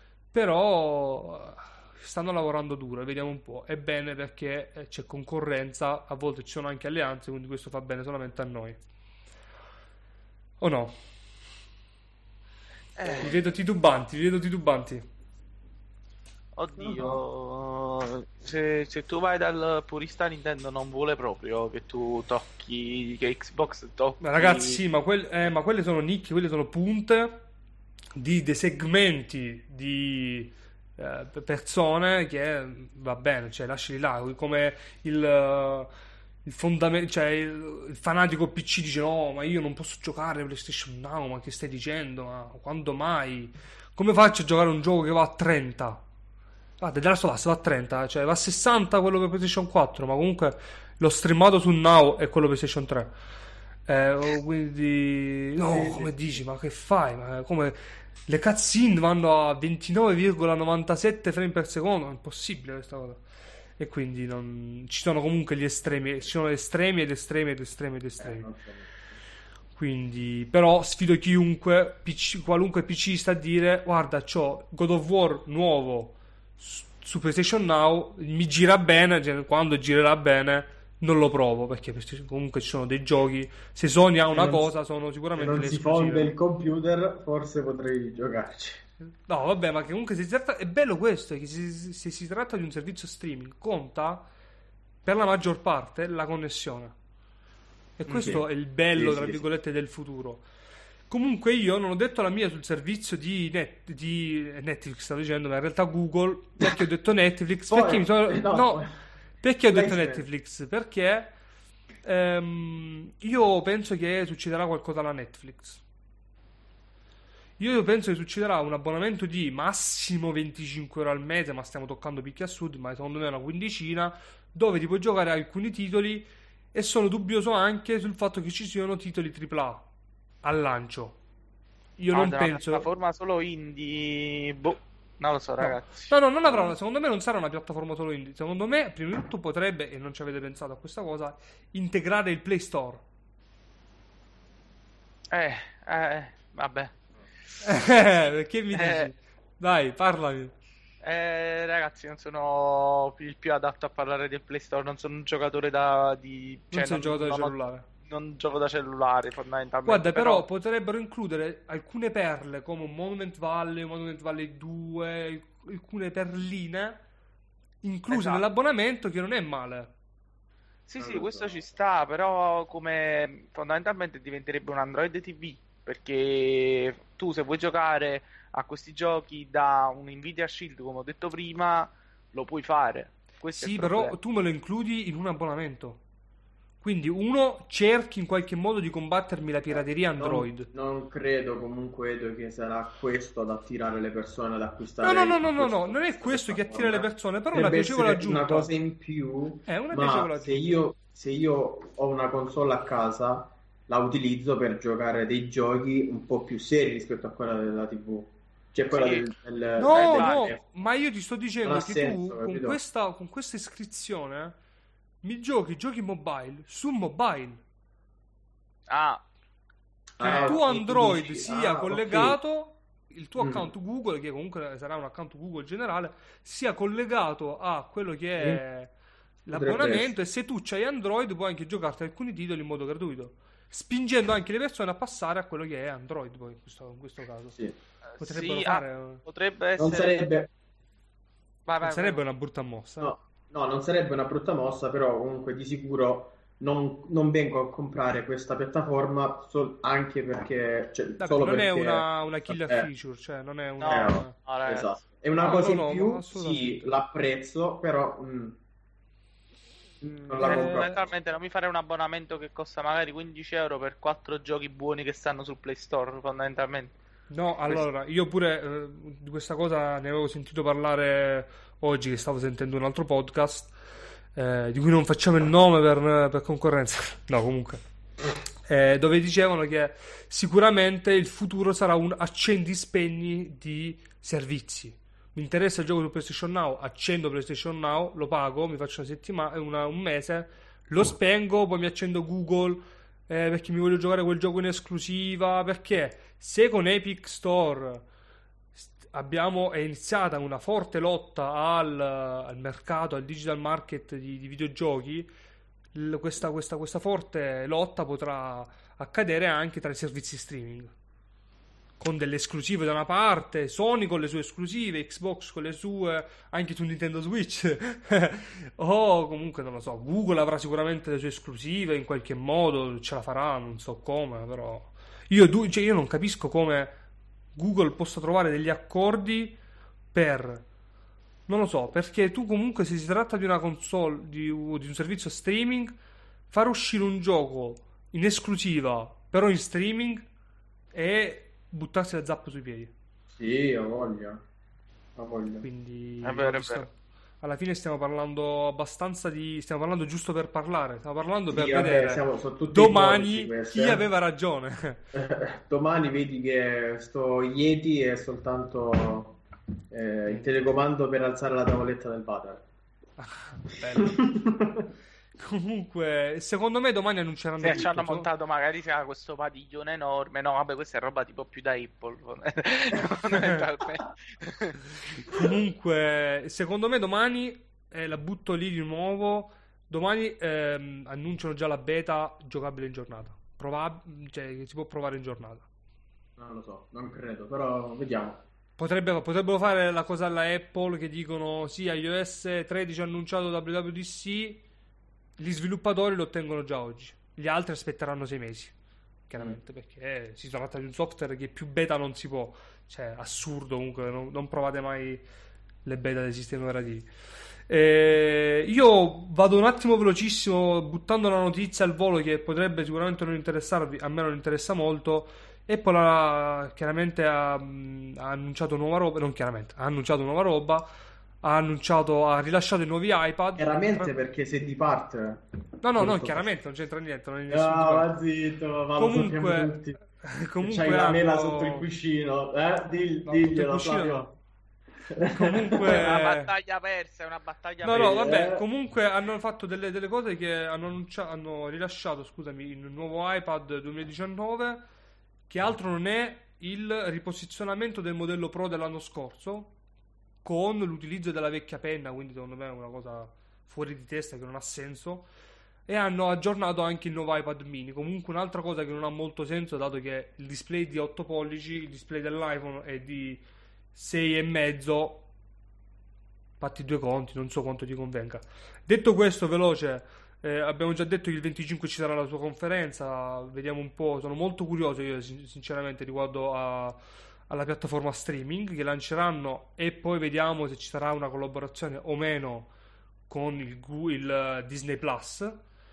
Però eh, stanno lavorando duro e vediamo un po'. È bene perché eh, c'è concorrenza, a volte ci sono anche alleanze, quindi questo fa bene solamente a noi. O no? Eh, Vi vedo titubanti, vi vedo titubanti. oddio, se, se tu vai dal purista Nintendo non vuole proprio che tu tocchi, che Xbox tocchi. Ma ragazzi, sì, ma, quel- eh, ma quelle sono nicchie, quelle sono punte di dei segmenti di eh, pe- persone che va bene, cioè lasciali là, come il, eh, il fondamento, cioè il, il fanatico P C dice no, ma io non posso giocare PlayStation Now, ma che stai dicendo? Ma quando mai? Come faccio a giocare un gioco che va a trenta? Guarda, The Last of Us va a trenta, cioè va a sessanta quello per PlayStation quattro, ma comunque l'ho streamato su Now e quello PlayStation tre. Eh, quindi no, come dici, ma che fai? Ma come le cutscene vanno a ventinove virgola novantasette frame per secondo? È impossibile questa cosa. E quindi non... ci sono comunque gli estremi, ci sono estremi ed estremi ed estremi ed estremi. Quindi, però sfido chiunque, P C, qualunque P C sta a dire: guarda, c'ho God of War nuovo su, su PlayStation Now, mi gira bene, cioè, quando girerà bene non lo provo, perché comunque ci sono dei giochi, se Sony ha una cosa sono sicuramente se non le si esclusive. fonde il computer forse potrei giocarci. No, vabbè, ma che comunque si tratta, è bello questo, che se, se si tratta di un servizio streaming conta per la maggior parte la connessione, e questo Sì. è il bello, Sì, tra sì, virgolette, del futuro. Comunque io non ho detto la mia sul servizio di, net, di Netflix, stavo dicendo, ma in realtà Google, perché ho detto Netflix, Poi- perché mi sono... no, no, poi- perché ho detto Lei- Netflix? Perché ehm, io penso che succederà qualcosa alla Netflix. Io penso che succederà un abbonamento di massimo venticinque euro al mese, ma stiamo toccando picchi a sud, ma secondo me una quindicina, dove ti puoi giocare alcuni titoli, e sono dubbioso anche sul fatto che ci siano titoli tripla A al lancio. Io non Guarda, una penso... piattaforma solo indie, boh, non lo so, No. ragazzi. No, no, non avrà una, secondo me non sarà una piattaforma solo indie. Secondo me, prima di tutto, potrebbe, e non ci avete pensato a questa cosa, integrare il Play Store. Eh, eh, vabbè. Perché mi dici? Eh. Dai, parlami. Eh, ragazzi, non sono il più adatto a parlare del Play Store, non sono un giocatore da di Non cioè, sei un giocatore non ho- cellulare. non gioco da cellulare, fondamentalmente. Guarda, però potrebbero includere alcune perle come un Monument Valley, un Monument Valley due, alcune perline incluse Esatto. nell'abbonamento, che non è male. Sì, Non sì, lo questo so. ci sta, però come fondamentalmente diventerebbe un Android T V, perché tu se vuoi giocare a questi giochi da un Nvidia Shield, come ho detto prima, lo puoi fare. Questo è Sì, il però problema. tu me lo includi in un abbonamento. Quindi uno, cerchi in qualche modo di combattermi la pirateria Android. Non, non credo comunque, Edo, che sarà questo ad attirare le persone ad No, acquistare. no, no, no, no, questo- no, non è questo che attira le persone, però è una Potrebbe piacevole essere una aggiunta. cosa in più, È una ma piacevole se aggiunta. io, se io ho una console a casa, la utilizzo per giocare dei giochi un po' più seri rispetto a quella della tivù. Cioè quella Sì. del, del- No, del- no, del- ma io ti sto dicendo Non ha che senso, tu con capito? questa, con questa iscrizione mi giochi giochi mobile su mobile. Ah, Che Ah, il tuo ok, Android dici- sia ah, ok. collegato, il tuo Mm. account Google, che comunque sarà un account Google generale, sia collegato a quello che è l'abbonamento, e se tu c'hai Android puoi anche giocarti alcuni titoli in modo gratuito, spingendo anche le persone a passare a quello che è Android poi in questo, in questo caso. Sì. Potrebbero sì, fare... ah, potrebbe essere. Non sarebbe, Vai, non vai, sarebbe vai. una brutta mossa. no, no, non sarebbe una brutta mossa, però comunque di sicuro non, non vengo a comprare questa piattaforma sol- anche perché, cioè, Dai, solo non è perché una, una killer eh, feature, cioè non è No, una... Eh, no, ragazzi. esatto. È una No, cosa no, in no, più, ma assolutamente. sì, l'apprezzo, però mm, non la Eh, compro. Fondamentalmente non mi farei un abbonamento che costa magari quindici euro per quattro giochi buoni che stanno sul Play Store, fondamentalmente. No, allora, io pure eh, di questa cosa ne avevo sentito parlare oggi, che stavo sentendo un altro podcast, eh, di cui non facciamo il nome per, per concorrenza. No, comunque. Eh, dove dicevano che sicuramente il futuro sarà un accendi spegni di servizi. Mi interessa il gioco su PlayStation Now, accendo PlayStation Now, lo pago, mi faccio una settimana, una- un mese, lo spengo, poi mi accendo Google eh, perché mi voglio giocare quel gioco in esclusiva. Perché se con Epic Store st- abbiamo è iniziata una forte lotta al, al mercato, al digital market di, di videogiochi, l- questa, questa, questa forte lotta potrà accadere anche tra i servizi streaming, con delle esclusive da una parte, Sony con le sue esclusive, Xbox con le sue, anche su Nintendo Switch, o comunque non lo so, Google avrà sicuramente le sue esclusive in qualche modo, ce la farà, non so come, però io, du- cioè, io non capisco come Google possa trovare degli accordi per, non lo so, perché tu comunque, se si tratta di una console, di, di un servizio streaming, far uscire un gioco in esclusiva però in streaming è buttarsi la zappa sui piedi. Sì, ho voglia. Ma voglio. Quindi È vero, è sta- vero. alla fine stiamo parlando abbastanza di... Stiamo parlando giusto per parlare, stiamo parlando per Sì, vabbè, vedere siamo, sono tutti ipotesi domani queste, chi eh. aveva ragione. Domani vedi che sto Yeti è soltanto eh, il telecomando per alzare la tavoletta del padre. Bello. Comunque, secondo me domani annunceranno Se ci hanno tutto. montato magari c'era questo padiglione enorme. No, vabbè, questa è roba tipo più da Apple. Fondamentalmente. Comunque, secondo me domani eh, la butto lì di nuovo. Domani ehm, annunciano già la beta giocabile in giornata. Probab- cioè, che si può provare in giornata. Non lo so, non credo, però vediamo. Potrebbe- potrebbero fare la cosa alla Apple che dicono sì, iOS tredici annunciato da W W D C, gli sviluppatori lo ottengono già oggi, gli altri aspetteranno sei mesi, chiaramente, perché si tratta di un software che più beta non si può, cioè assurdo comunque, non, non provate mai le beta dei sistemi operativi. Eh, io vado un attimo velocissimo buttando la notizia al volo che potrebbe sicuramente non interessarvi, a me non interessa molto. Apple ha, chiaramente ha, mh, ha annunciato nuova roba, non chiaramente, ha annunciato nuova roba, ha annunciato, ha rilasciato i nuovi iPad. Chiaramente Tra- perché sei di parte. No, no, no, Tutto chiaramente non c'entra niente, non è questo. nessun No, dibattito. va zitto, ma lo sappiamo Comunque, tutti. comunque C'hai la mela hanno- sotto il cuscino, eh? Dil- No, diglielo, sotto il cuscino Flavio. no. Comunque- È una battaglia persa, è una battaglia No, persa. no, vabbè, Eh. comunque hanno fatto delle, delle cose che hanno, annuncia- hanno rilasciato, scusami, il nuovo iPad duemiladiciannove, che altro non è il riposizionamento del modello Pro dell'anno scorso, con l'utilizzo della vecchia penna, quindi secondo me è una cosa fuori di testa che non ha senso. E hanno aggiornato anche il nuovo iPad mini. Comunque un'altra cosa che non ha molto senso, dato che il display di otto pollici, il display dell'iPhone è di sei e mezzo. Fatti due conti, non so quanto ti convenga. Detto questo, veloce, eh, abbiamo già detto che il venticinque ci sarà la sua conferenza. Vediamo un po'. Sono molto curioso io, sin- sinceramente, riguardo a- alla piattaforma streaming che lanceranno. E poi vediamo se ci sarà una collaborazione o meno con il, Gu- il eh, Disney Plus.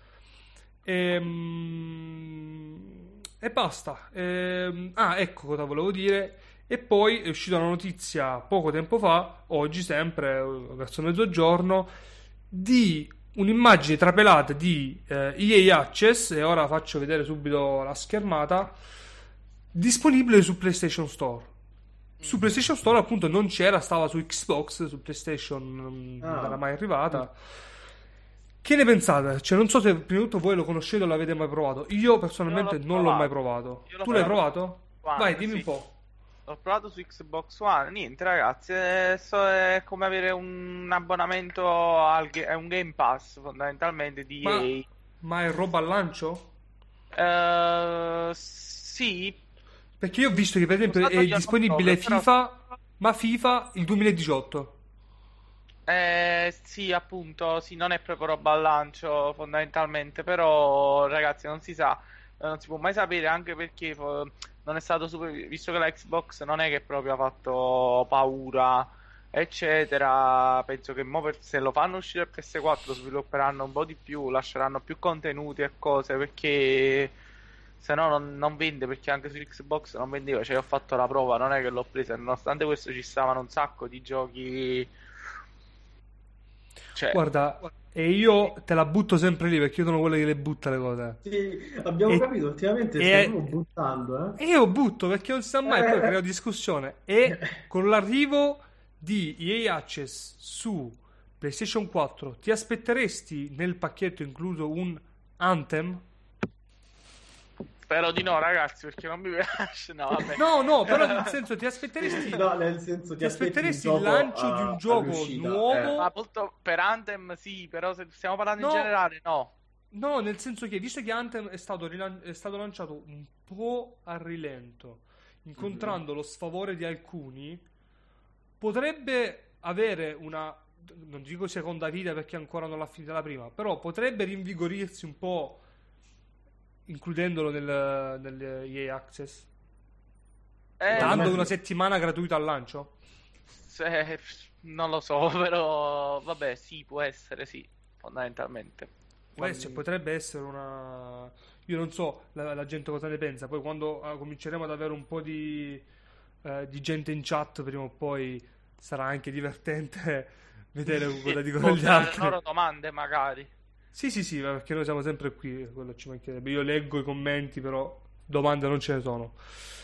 Ehm, E, basta. Ehm, ah, ecco cosa volevo dire. E poi è uscita una notizia poco tempo fa, oggi sempre, eh, verso mezzogiorno, di un'immagine trapelata di eh, E A Access, e ora faccio vedere subito la schermata, disponibile su PlayStation Store. Su PlayStation Store appunto non c'era, stava su Xbox, su PlayStation non Ah. non era mai arrivata. Che ne pensate? Cioè, non so se prima di tutto voi lo conoscete o l'avete mai provato. Io personalmente Io l'ho non l'ho mai provato. provato. Io l'ho Tu l'hai provato provato? su One, Vai, dimmi sì. un po'. L'ho provato su Xbox One. Niente, ragazzi, è, so- è come avere un abbonamento al ga- è un Game Pass fondamentalmente di Ma, E ma è roba al lancio? A. Eh, sì, Perché io ho visto che per esempio Usato è io non disponibile proprio, però- FIFA, ma FIFA il duemiladiciotto. eh, sì, appunto, sì, non è proprio roba al lancio fondamentalmente, però ragazzi non si sa, eh, non si può mai sapere anche perché fo- non è stato super, visto che la Xbox non è che proprio ha fatto paura, eccetera. Penso che mo per- se lo fanno uscire il P S quattro svilupperanno un po' di più, lasceranno più contenuti e cose perché se no non, non vende, perché anche su Xbox non vendeva, cioè ho fatto la prova, non è che l'ho presa, nonostante questo ci stavano un sacco di giochi, cioè Guarda, e io te la butto sempre lì perché io sono quello che le butta le cose. Sì, abbiamo E- capito, ultimamente e- stiamo buttando, eh? E io butto perché non si sa mai, poi Eh. creo discussione. E con l'arrivo di E A Access su PlayStation quattro, ti aspetteresti nel pacchetto incluso un Anthem? spero di no, ragazzi, perché non mi piace, no vabbè. No, no, però nel senso ti aspetteresti No, nel senso ti aspetteresti aspetti il lancio di un a- gioco all'uscita, nuovo? eh. Ma molto per Anthem sì, però se stiamo parlando No. in generale no. No, nel senso che visto che Anthem è stato, rilan- è stato lanciato un po' a rilento, incontrando lo sfavore di alcuni, potrebbe avere una, non dico seconda vita perché ancora non l'ha finita la prima, però potrebbe rinvigorirsi un po' includendolo nel, nel E A Access, Eh, dando ma- una settimana gratuita al lancio. se- non lo so, però vabbè, sì, può essere, sì, fondamentalmente. Può essere- potrebbe essere una... Io non so la, la gente cosa ne pensa. Poi quando ah, cominceremo ad avere un po' di, eh, di gente in chat, prima o poi sarà anche divertente vedere cosa Sì, dicono gli portare le altri. loro domande magari. Sì, sì, sì, perché noi siamo sempre qui, quello ci mancherebbe. Io leggo i commenti, però domande non ce ne sono.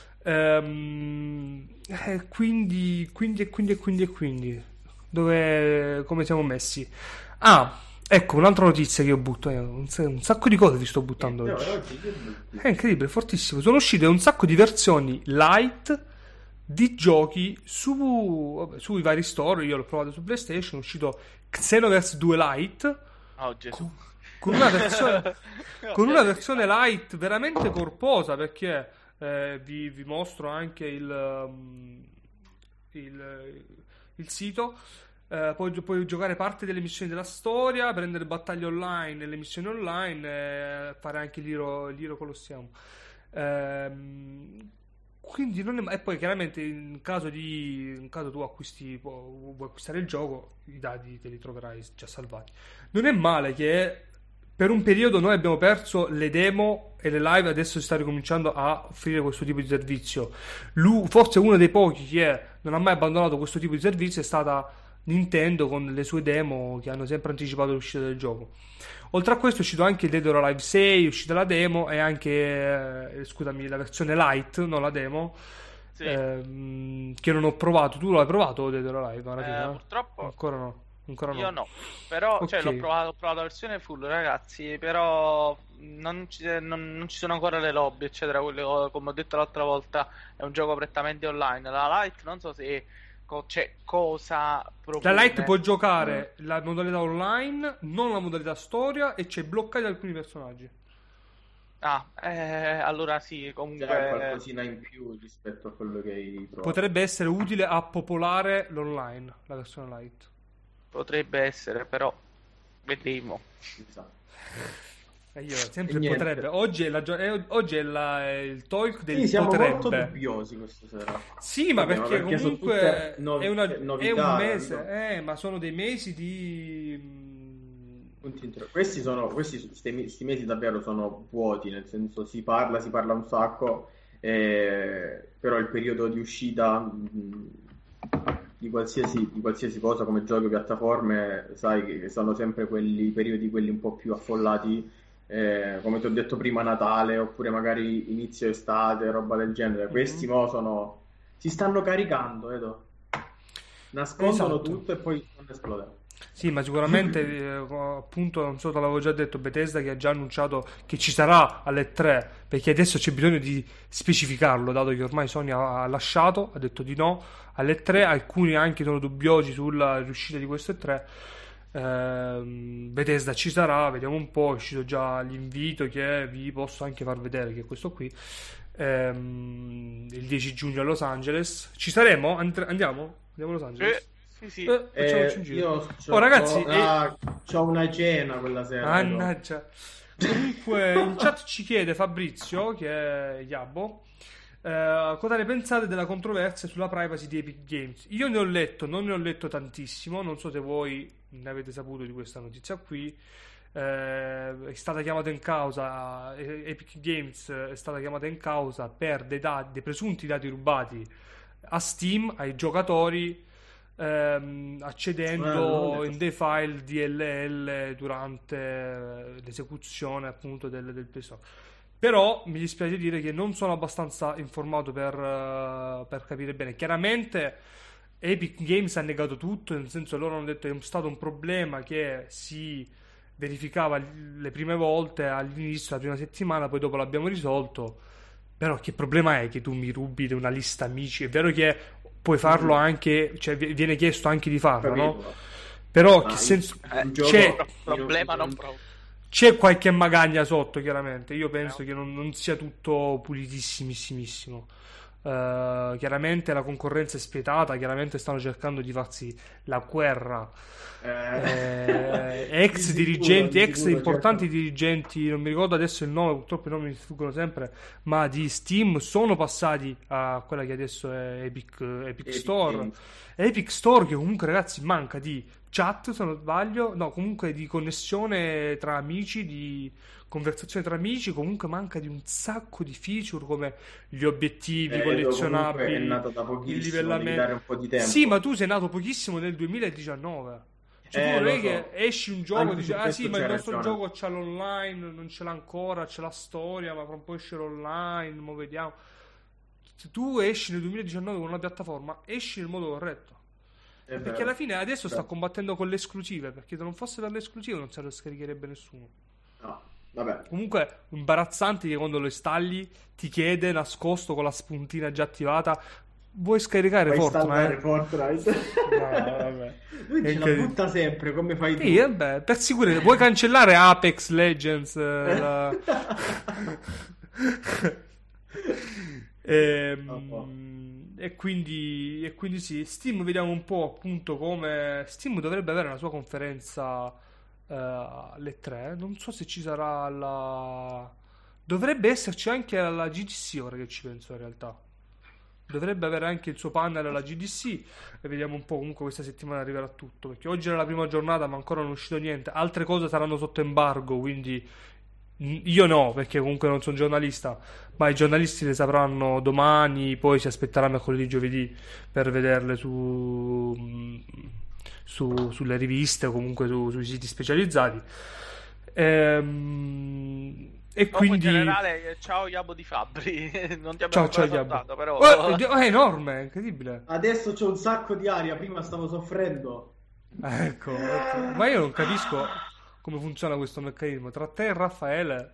Ehm, eh, quindi, quindi, e quindi, e quindi, e quindi, dove, come siamo messi? Ah, ecco, un'altra notizia che io butto. eh, un, un sacco di cose vi sto buttando Niente, oggi. oggi che butti? È incredibile, fortissimo. Sono uscite un sacco di versioni light di giochi su, vabbè, sui vari store. Io l'ho provato su PlayStation. È uscito Xenoverse due Lite Oh Gesù. con, con una versione, con una versione light veramente corposa. Perché eh, vi, vi mostro anche il, um, il, il sito. Eh, puoi, puoi giocare parte delle missioni della storia, prendere battaglie online e le missioni online, e fare anche l'Hero, l'Hero Colosseum. Ehm, quindi non è, ma- e poi chiaramente in caso di in caso tu acquisti pu- vuoi acquistare il gioco, i dati te li troverai già salvati. Non è male che per un periodo noi abbiamo perso le demo e le live, adesso si sta ricominciando a offrire questo tipo di servizio. Lu- forse uno dei pochi che non ha mai abbandonato questo tipo di servizio è stata Nintendo, con le sue demo che hanno sempre anticipato l'uscita del gioco. Oltre a questo è uscito anche il Dead or Alive sei, è uscita la demo e anche, eh, scusami, la versione light, non la demo, Sì. ehm, che non ho provato. Tu l'hai provato Dead or Alive alla Eh, fine? purtroppo Ancora no. Ancora no. io no, però cioè, Ok. l'ho provato, ho provato la versione full, ragazzi, però non ci, non, non ci sono ancora le lobby, eccetera. Quello, come ho detto l'altra volta, è un gioco prettamente online. La Lite non so se co- c'è cosa La propone. light può giocare la modalità online, non la modalità storia, e c'è bloccati alcuni personaggi. Ah, eh, allora sì, C'è comunque qualcosina in più rispetto a quello che hai provato. Potrebbe essere utile a popolare l'online, la versione light. potrebbe essere, però vedremo. Esatto. E io sempre E niente. potrebbe. Oggi è, la, gio- è- oggi è la- è il talk del Sì, siamo molto potrebbe. dubbiosi questa sera. Sì, ma Vabbè, ma perché, perché sono comunque tutte no- è, una- è novità, un mese, capito? eh, ma sono dei mesi di... mm, Punti intro- Questi sono, questi sti me- sti mesi davvero sono vuoti, nel senso si parla, si parla un sacco, eh, però il periodo di uscita mh, di qualsiasi, di qualsiasi cosa come giochi o piattaforme, sai che sono sempre quelli periodi, quelli un po' più affollati, eh, come ti ho detto prima, Natale, oppure magari inizio estate, roba del genere. Questi Mhm. mo sono, si stanno caricando, vedo. Nascondono Esatto. tutto e poi fanno esplodere. Sì, ma sicuramente, eh, appunto, non so, te l'avevo già detto, Bethesda che ha già annunciato che ci sarà alle tre, perché adesso c'è bisogno di specificarlo, dato che ormai Sony ha, ha lasciato, ha detto di no alle tre, alcuni anche sono dubbiosi sulla riuscita di queste tre. Ehm, Bethesda ci sarà, vediamo un po', è uscito già l'invito che vi posso anche far vedere, che è questo qui. Ehm, il dieci giugno a Los Angeles. Ci saremo? And- andiamo? Andiamo a Los Angeles? Sì, sì. Eh, facciamoci un Eh, giro. io c'ho, Oh, ragazzi, c'ho- eh, ah, c'ho una cena quella sera. vedo. mannaggia. Comunque, in chat ci chiede Fabrizio, che è Iabbo, eh, cosa ne pensate della controversia sulla privacy di Epic Games. Io ne ho letto, non ne ho letto tantissimo, non so se voi ne avete saputo di questa notizia qui. Eh, è stata chiamata in causa, eh, Epic Games è stata chiamata in causa per dei, dati, dei presunti dati rubati a Steam, ai giocatori, ehm, Ah, accedendo non ho letto. in dei file D L L durante eh, l'esecuzione appunto del, del Play Store. Però mi dispiace dire che non sono abbastanza informato per, eh, per capire bene. Chiaramente Epic Games ha negato tutto, nel senso loro hanno detto che è stato un problema che si verificava le prime volte all'inizio, la prima settimana, poi dopo l'abbiamo risolto. Però che problema è che tu mi rubi una lista amici? È vero che puoi farlo Mm. anche, cioè vi- viene chiesto anche di farlo, no? Capito? Però Ma che in- senso... in un c'è, gioco- Problema in un- non proprio. c'è qualche magagna sotto, chiaramente. Io penso che non, non sia tutto pulitissimissimo. Eh, chiaramente la concorrenza è spietata, chiaramente stanno cercando di farsi la guerra. Eh, di ex sicuro, dirigenti, di ex sicuro, importanti certo. dirigenti, non mi ricordo adesso il nome, purtroppo i nomi mi sfuggono sempre, ma di Steam sono passati a quella che adesso è Epic, Epic Epic Store. Games. Epic Store che comunque, ragazzi, manca di chat, se non sbaglio, no, comunque di connessione tra amici, di conversazione tra amici, comunque manca di un sacco di feature come gli obiettivi Vedo comunque è collezionabili, nato da il pochissimo, devi livellamento. dare un po' di tempo. Sì, ma tu sei nato pochissimo nel duemiladiciannove. Cioè, tu Eh, non lo è che so. esci un gioco e Anche dici, su ah questo sì, ma il c'hai nostro ragione. gioco c'ha l'online, non ce l'ha ancora, c'è la storia, ma fra un po' esce l'online, mo vediamo. Se tu esci nel duemiladiciannove con una piattaforma, esci nel modo corretto. È Perché vero. alla fine adesso sta Beh, combattendo con le esclusive, perché se non fosse per le esclusive non se lo scaricherebbe nessuno. no, vabbè. Comunque, imbarazzante che quando lo installi ti chiede nascosto con la spuntina già attivata, vuoi scaricare Puoi installare Fortnite? Fortnite. No, vabbè. Lui È ce la incredibile. butta sempre, come fai tu? Sì, vabbè, per sicurezza. Vuoi cancellare Apex Legends? eh, la- Ehm, e, quindi, e quindi sì, Steam vediamo un po' appunto come Steam dovrebbe avere la sua conferenza eh, alle tre. Non so se ci sarà la... Dovrebbe esserci anche alla G D C, ora che ci penso in realtà. Dovrebbe avere anche il suo panel alla G D C e vediamo un po', comunque questa settimana arriverà tutto, perché oggi era la prima giornata ma ancora non è uscito niente, altre cose saranno sotto embargo, quindi mm, io no, perché comunque non sono giornalista, ma i giornalisti le sapranno domani, poi si aspetteranno mercoledì, giovedì per vederle su, mm, su- sulle riviste o comunque su- sui siti specializzati. Ehm, e Comunque in quindi generale, eh, ciao Iabo di Fabbri, non ti ciao abbiamo ciao ancora Gabbo. salutato, però... Oh, è enorme, è incredibile. Adesso c'ho un sacco di aria, prima stavo soffrendo. Ecco, ecco. Ma io non capisco come funziona questo meccanismo tra te e Raffaele.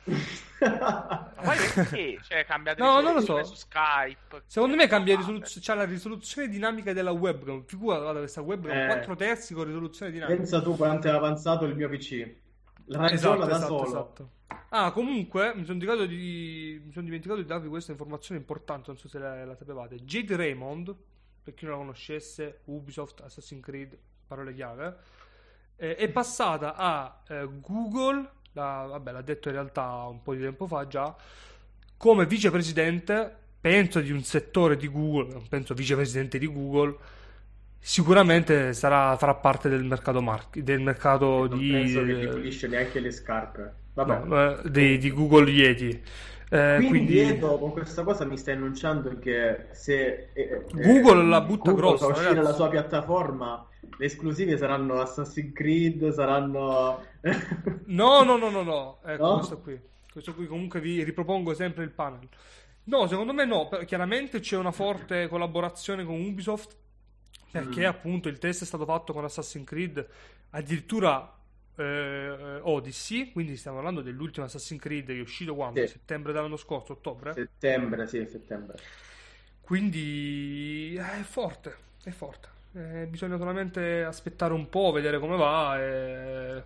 Ma poi perché? Cioè, cambiate No, non lo risoluzione so. su Skype. Secondo me cambia Fate. risoluzione, c'ha la risoluzione dinamica della webcam. Figura, guarda questa webcam Eh. quattro terzi con risoluzione dinamica. Pensa tu quanto è avanzato il mio P C. Ragiona Esatto, da esatto, solo. esatto. Ah, comunque, mi sono dimenticato di, mi sono dimenticato di darvi questa informazione importante, non so se la, la sapevate. Jade Raymond, per chi non la conoscesse, Ubisoft, Assassin's Creed, parole chiave, eh, è passata a eh, Google, la- vabbè, l'ha detto in realtà un po' di tempo fa già, come vicepresidente, penso di un settore di Google, non penso vicepresidente di Google, sicuramente sarà, farà parte del mercato, mark- del mercato Non di... penso che gli eh, pulisce neanche le scarpe. Vabbè. No, eh, di, di Google Yeti. Eh, Quindi, quindi Edo, con questa cosa mi stai annunciando che se eh, Google eh, la butta Google grossa, fa uscire ragazzi. la sua piattaforma, le esclusive saranno Assassin's Creed, saranno... no, no, no, no, no. Ecco, No? questo qui. Questo qui comunque vi ripropongo sempre il panel. No, secondo me no. per- Chiaramente c'è una forte collaborazione con Ubisoft perché Mm. appunto il test è stato fatto con Assassin's Creed, addirittura eh, Odyssey, quindi stiamo parlando dell'ultimo Assassin's Creed che è uscito quando? Sì. Settembre dell'anno scorso, ottobre? Settembre, sì, settembre. Quindi eh, è forte, è forte. Eh, bisogna solamente aspettare un po', vedere come va e,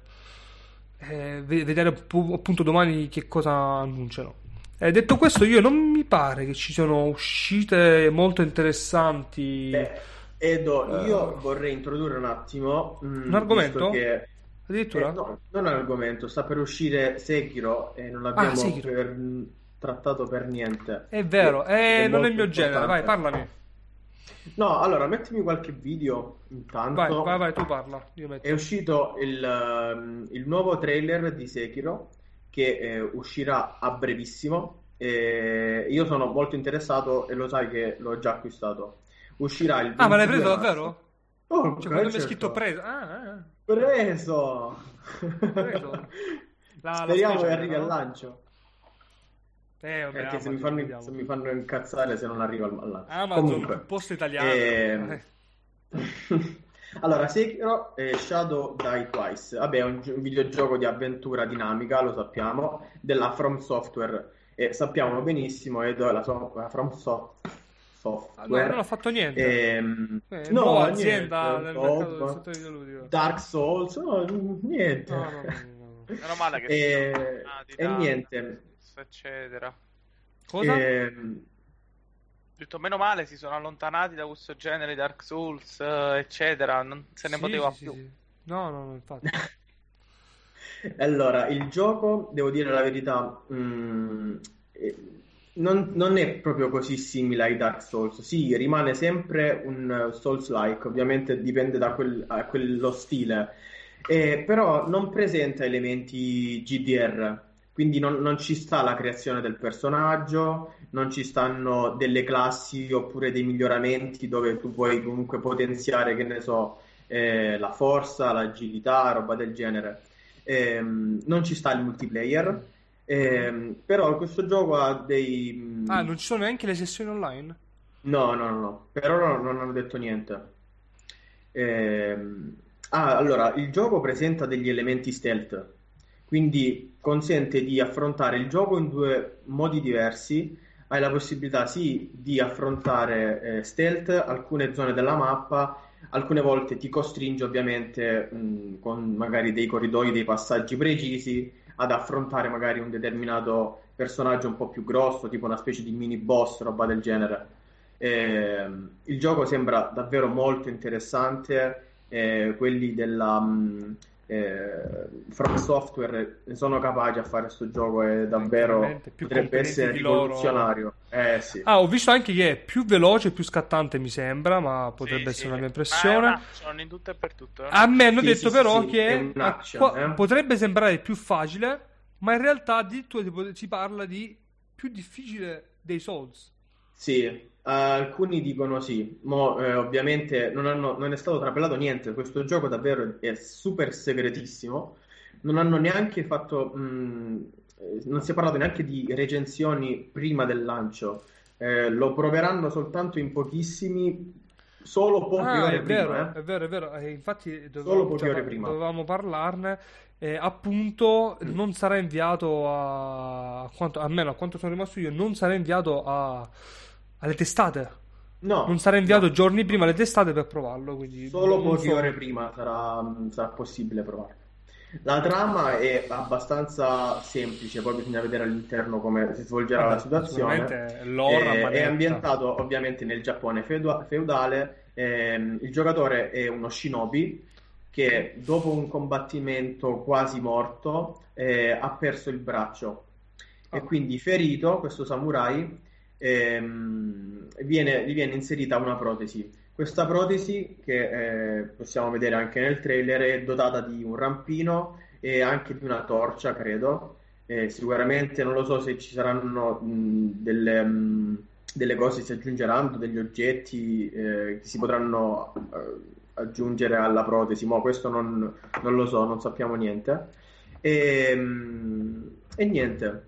e ve- vedere appu- appunto domani che cosa annunciano. Eh, detto questo, io non mi pare che ci siano uscite molto interessanti. Beh, Edo, Eh, io vorrei introdurre un attimo, mm, un argomento? visto che... Addirittura? Eh, no, non è un argomento, sta per uscire Sekiro e non Ah, l'abbiamo Sekiro. per- trattato per niente. È vero, Che eh, non è il molto mio genere. Vai, importante. parlami. No, allora, mettimi qualche video Vai, intanto. vai, vai, tu parla. Io metto. È uscito il, ehm, il nuovo trailer di Sekiro che eh, uscirà a brevissimo. E io sono molto interessato e lo sai che l'ho già acquistato. Uscirà il Ah, ma l'hai ventidue preso marzo. davvero? Oh, Cioè, ok, quando mi è certo. scritto preso. Ah, ah, ah. Preso! Preso. La- la Speriamo special, che arrivi no? al lancio. Eh, vabbè, Perché se Amazon, mi fanno, vediamo. se mi fanno incazzare se non arrivo al al lancio. Amazon, Comunque, più posto italiano. ehm, Eh. allora, Sekiro e Shadow Die Twice. Vabbè, è un, gi- un videogioco di avventura dinamica, lo sappiamo, della From Software. E sappiamo benissimo, Edo è la, sua, la From So- Ah, no, Software. non ho fatto niente. Ehm, Eh, no, nuova niente, azienda nel no, mercato del ma- settore videoludico. Dark Souls, no, niente. No, no, no, no, no. Meno male che E, si sono tornati e da- niente. eccetera. Cosa? Ehm, Ho detto, meno male si sono allontanati da questo genere Dark Souls, eh, eccetera, non se ne Sì, poteva sì, sì, più. sì. No, no, no, infatti. Allora, il gioco, devo dire la verità, mm, eh, non, non è proprio così simile ai Dark Souls. Sì, rimane sempre un Souls-like, ovviamente dipende da quel- a quello stile. Eh, però non presenta elementi G D R, quindi non, non ci sta la creazione del personaggio, non ci stanno delle classi oppure dei miglioramenti dove tu puoi comunque potenziare, che ne so, eh, la forza, l'agilità, roba del genere. Ehm, non ci sta il multiplayer, ehm, però questo gioco ha dei... Ah, mm, non ci sono neanche le sessioni online? No, no, no, no, per ora non hanno detto niente. Ehm, ah, allora, il gioco presenta degli elementi stealth, quindi consente di affrontare il gioco in due modi diversi. Hai la possibilità sì di affrontare eh, stealth alcune zone della mappa, alcune volte ti costringe ovviamente mh, con magari dei corridoi, dei passaggi precisi ad affrontare magari un determinato personaggio un po' più grosso, tipo una specie di mini boss, roba del genere. Ehm, il gioco sembra davvero molto interessante. Eh, quelli della mh, eh, From Software sono capaci a fare questo gioco e Eh, davvero chiaramente, più potrebbe competenti essere di loro. rivoluzionario. Eh sì, Ah, ho visto anche che è più veloce e più scattante, mi sembra, ma potrebbe Sì, essere sì. una mia Ma è impressione. un action in tutto e per tutto. è un A me hanno sì, detto sì, sì, però sì, è che un a action, qua- eh. potrebbe sembrare più facile, ma in realtà addirittura si si parla di più difficile dei Souls. Sì, alcuni dicono sì. Mo, eh, ovviamente non hanno- non è stato trapelato niente. Questo gioco davvero è super segretissimo. Non hanno neanche fatto, mh, eh, non si è parlato neanche di recensioni prima del lancio. Eh, lo proveranno soltanto in pochissimi, solo poche Ah, ore è prima, vero, eh. è vero, è vero. E infatti Solo dovevamo, poche già ore par- prima. dovevamo parlarne. Eh, appunto, Mm. non sarà inviato a, a quanto, almeno a quanto sono rimasto io, non sarà inviato a- alle testate. Non No, sarà inviato no, giorni no. prima alle testate per provarlo. Quindi boh, Solo non poche ore so. prima sarà, sarà possibile provarlo. La trama è abbastanza semplice, poi bisogna vedere all'interno come si svolgerà la Vabbè, situazione. sicuramente l'horror a Eh, è manetta. ambientato ovviamente nel Giappone feuda- feudale. Ehm, il giocatore è uno shinobi Mhm. che dopo un combattimento quasi morto eh, ha perso il braccio e Ah, quindi ferito, questo samurai, ehm, viene, gli viene inserita una protesi. Questa protesi, che eh, possiamo vedere anche nel trailer, è dotata di un rampino e anche di una torcia, credo. Eh, sicuramente non lo so se ci saranno mh, delle, mh, delle cose che si aggiungeranno, degli oggetti eh, che si potranno eh, aggiungere alla protesi, ma questo non, non lo so, non sappiamo niente. E, mh, e niente,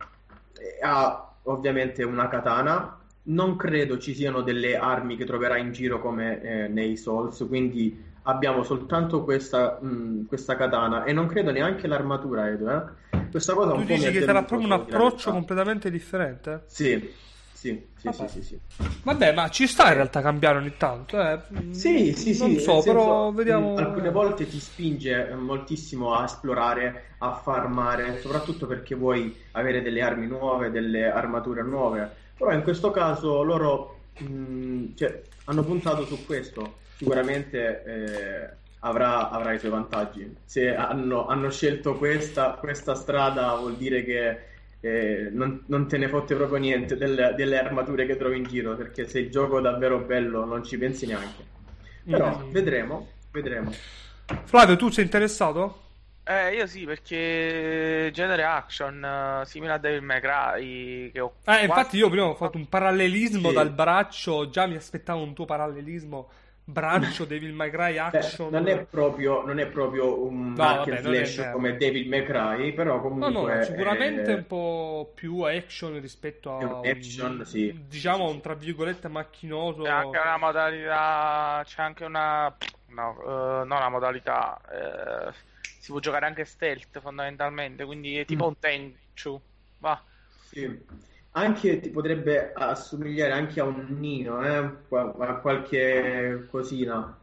ha ovviamente una katana. Non credo ci siano delle armi che troverai in giro come eh, nei Souls, quindi abbiamo soltanto questa, mh, questa katana e non credo neanche l'armatura, Edo, eh. Questa cosa tu un po' mi dici ha che sarà deluso, proprio un devo dire la approccio verità. completamente differente? Sì, sì, sì, sì, Vabbè. sì, sì. Vabbè, ma ci sta in Eh, realtà cambiare ogni tanto, eh. Sì, sì, Mm, Non sì, nel so, però senso, mh, alcune vediamo. volte ti spinge eh, moltissimo a esplorare, a farmare, soprattutto perché vuoi avere delle armi nuove, delle armature nuove. Però in questo caso loro mh, cioè, hanno puntato su questo. Sicuramente eh, avrà, avrà i suoi vantaggi. Se hanno, hanno scelto questa, questa strada, vuol dire che eh, non, non te ne fotte proprio niente delle, delle armature che trovi in giro, perché se il gioco è davvero bello non ci pensi neanche. Però Mm. vedremo, vedremo. Flavio, tu sei interessato? Eh, io sì, perché genere action, eh, simile a Devil May Cry, che ho Eh, infatti quasi... io prima ho fatto un parallelismo dal Sì. braccio, già mi aspettavo un tuo parallelismo, braccio Devil May Cry Beh, non è action. proprio, non è proprio un No, hack and vabbè, non è slash come vero. Devil May Cry, però No, no, no, comunque sicuramente un è, po' più action rispetto è un a action, un, sì. Sì, diciamo, sì, un sì. tra virgolette C'è anche macchinoso. una modalità, c'è anche una, no, eh, no, una modalità, eh, si può giocare anche stealth fondamentalmente, quindi è tipo Mm. un Tenchu, va. Sì. Anche ti potrebbe assomigliare anche a un Nino, eh? Qua- a qualche cosina,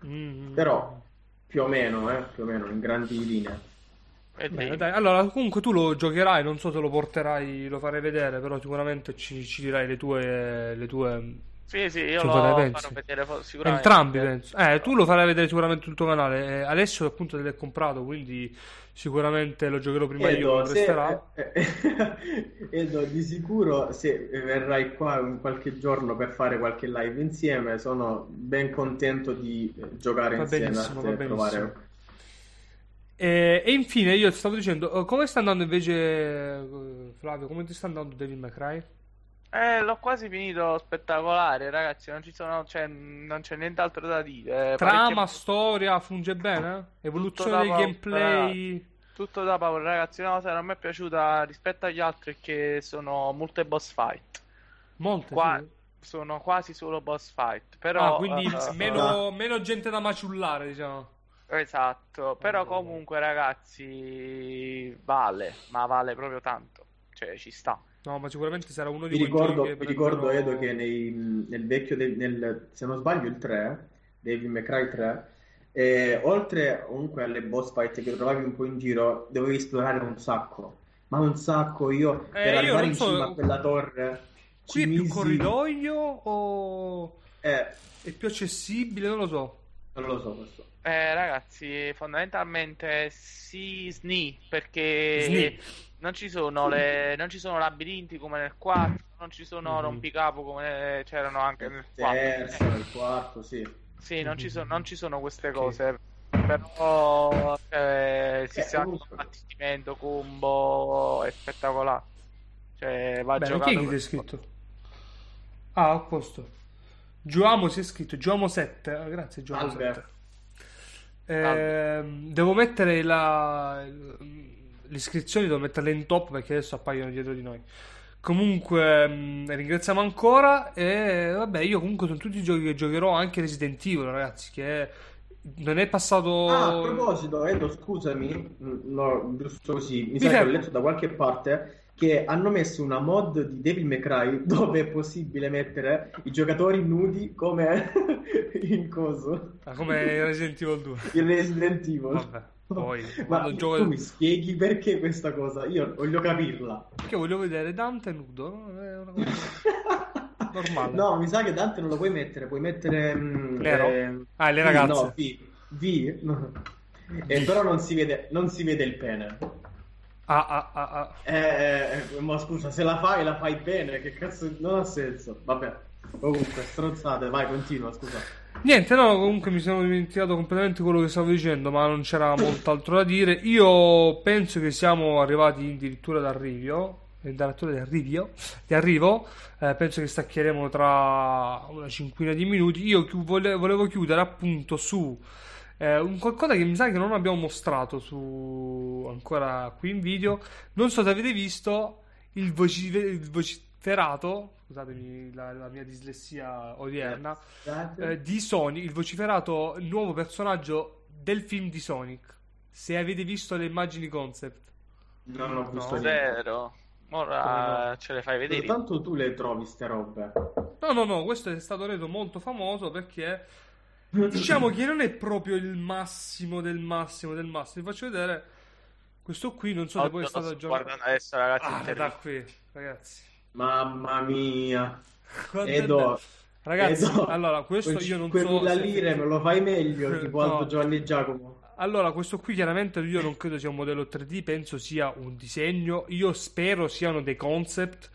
Mm. però più o meno, eh? Più o meno in grandi linee. Bene, Vedremo. dai, allora comunque tu lo giocherai, non so se lo porterai, lo farai vedere, però sicuramente ci, ci dirai le tue, le tue Sì, sì, io Cioè, lo cosa ne farò pensi? vedere fo- sicuramente. Entrambi penso. Eh, tu lo farai vedere sicuramente sul tuo canale. Eh, Alessio appunto te l'ha comprato, quindi sicuramente lo giocherò prima io, me lo Edo, presterà. se, eh, eh, Edo, di sicuro se verrai qua in qualche giorno per fare qualche live insieme, sono ben contento di eh, giocare Va insieme a benissimo, va te e benissimo. trovare... E, e infine io ti stavo dicendo, eh, come sta andando invece, eh, Flavio, come ti sta andando Devil May Cry? Eh, l'ho quasi finito spettacolare, ragazzi. Non ci sono, cioè, non c'è nient'altro da dire. Parecchie Trama, storia, funge bene? tutto Evoluzione da del paura, ragazzi. gameplay? Tutto da paura, ragazzi. Una cosa che non mi è piaciuta rispetto agli altri è che sono molte boss fight. Molte, Qua sì. sono quasi solo boss fight. Ah, Però, quindi Ah, meno, meno gente da maciullare, diciamo. eh, esatto. Va Però bene. comunque, ragazzi, vale, ma vale proprio tanto. Cioè, ci sta. No, ma sicuramente sarà uno di mi quei giochi ricordo, che mi ricordo Edo prenderò. che nei- nel vecchio, del- nel- se non sbaglio il tre, Devil May Cry tre, eh, oltre comunque alle boss fight che trovavi un po' in giro, dovevi esplorare un sacco, ma un sacco. Io per Eh, io arrivare non in cima a so, quella torre qui ci è più misi... corridoio o Eh, è più accessibile? Non lo so. non lo so questo. Eh, ragazzi, fondamentalmente si sni perché Sni. non ci sono le, non ci sono labirinti come nel quattro, non ci sono Mhm. rompicapo come c'erano anche Il nel quattro. terzo, Eh, il quarto, sì. sì, non ci sono, non ci sono queste Ok. cose, però eh, il Eh, sistema di comunque, combattimento, combo è spettacolare, cioè va Bene, chi è giocato che ti per è scritto? Ah, a posto. Giuamo si è scritto. Giuamo sette. Ah, grazie, Giuamo Albert, sette. Albert. Ehm, devo mettere la... le iscrizioni, devo metterle in top perché adesso appaiono dietro di noi. Comunque, mh, ringraziamo ancora. E vabbè, io comunque sono tutti i giochi che giocherò, anche Resident Evil, ragazzi. Che non è ah, a passato. proposito, Edo, scusami, mm, no, giusto così, mi Mi sa che ho fermo. letto da qualche parte che hanno messo una mod di Devil May Cry dove è possibile mettere i giocatori nudi come in coso, Ah, come Resident Evil due. in Resident Evil. Vabbè, poi Ma quando tu gioco. mi spieghi perché questa cosa? Io voglio capirla. Che voglio vedere Dante nudo, no? È una cosa normale. No, mi sa che Dante non lo puoi mettere, puoi mettere... mm, Nero? eh, Ah, le V, ragazze. no, V, V, no. Eh, Di. però non si vede, non si vede il pene. Ah, ah, ah, ah. Eh, eh, ma scusa, se la fai, la fai bene, che cazzo, non ha senso. Vabbè, comunque, stronzate, vai, continua, scusa. Niente, no, comunque mi sono dimenticato completamente quello che stavo dicendo, ma non c'era molto altro da dire. Io penso che siamo arrivati addirittura d'arrivio, eh, addirittura di arrivio, di arrivo. Eh, penso che staccheremo tra una cinquina di minuti. Io chi- vole- volevo chiudere appunto su eh, un qualcosa che mi sa che non abbiamo mostrato su ancora qui in video. Non so se avete visto il, vocive- il vociferato, scusatemi la, la mia dislessia Eh, odierna, scusate. eh, di Sonic, il vociferato nuovo personaggio del film di Sonic. Se avete visto le immagini concept. Non ho visto No. niente. Zero. Come Ora no? ce le fai vedere. Soltanto tu le trovi ste robe. No, no, no, questo è stato reso molto famoso perché diciamo che non è proprio il massimo del massimo del massimo. Vi faccio vedere questo qui, non so se Oddio, poi è lo stato sto aggiornato. guardando adesso, ragazzi, Ah, è da terribile. qui, ragazzi. Mamma mia. Quanto è bello. Edo, Ragazzi, Edo, allora, questo con io non so cinquemila se lire me lo fai meglio, tipo Alto no. Giovanni e Giacomo. Allora, questo qui chiaramente io non credo sia un modello tre D, penso sia un disegno. Io spero siano dei concept.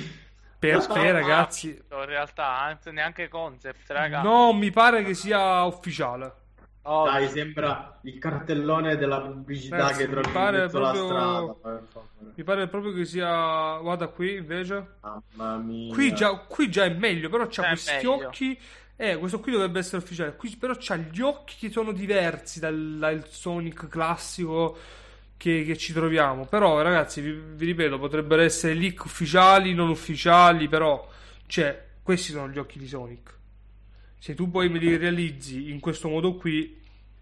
Perché, ragazzi, In realtà, anzi, neanche concept, raga. non mi pare che sia ufficiale. Oh, Dai, sembra il cartellone della pubblicità Ragazzi, che mi trovi in pare mezzo alla proprio- strada. Per favore. Mi pare proprio che sia. Guarda qui invece. Mamma mia. Qui già, qui già è meglio, però c'ha Già è questi meglio. occhi. Eh, questo qui dovrebbe essere ufficiale. Qui però c'ha gli occhi che sono diversi dal, dal Sonic classico che, che ci troviamo. Però, ragazzi, vi, vi ripeto, potrebbero essere leak ufficiali, non ufficiali, però, cioè, questi sono gli occhi di Sonic. Se tu poi me li realizzi in questo modo qui,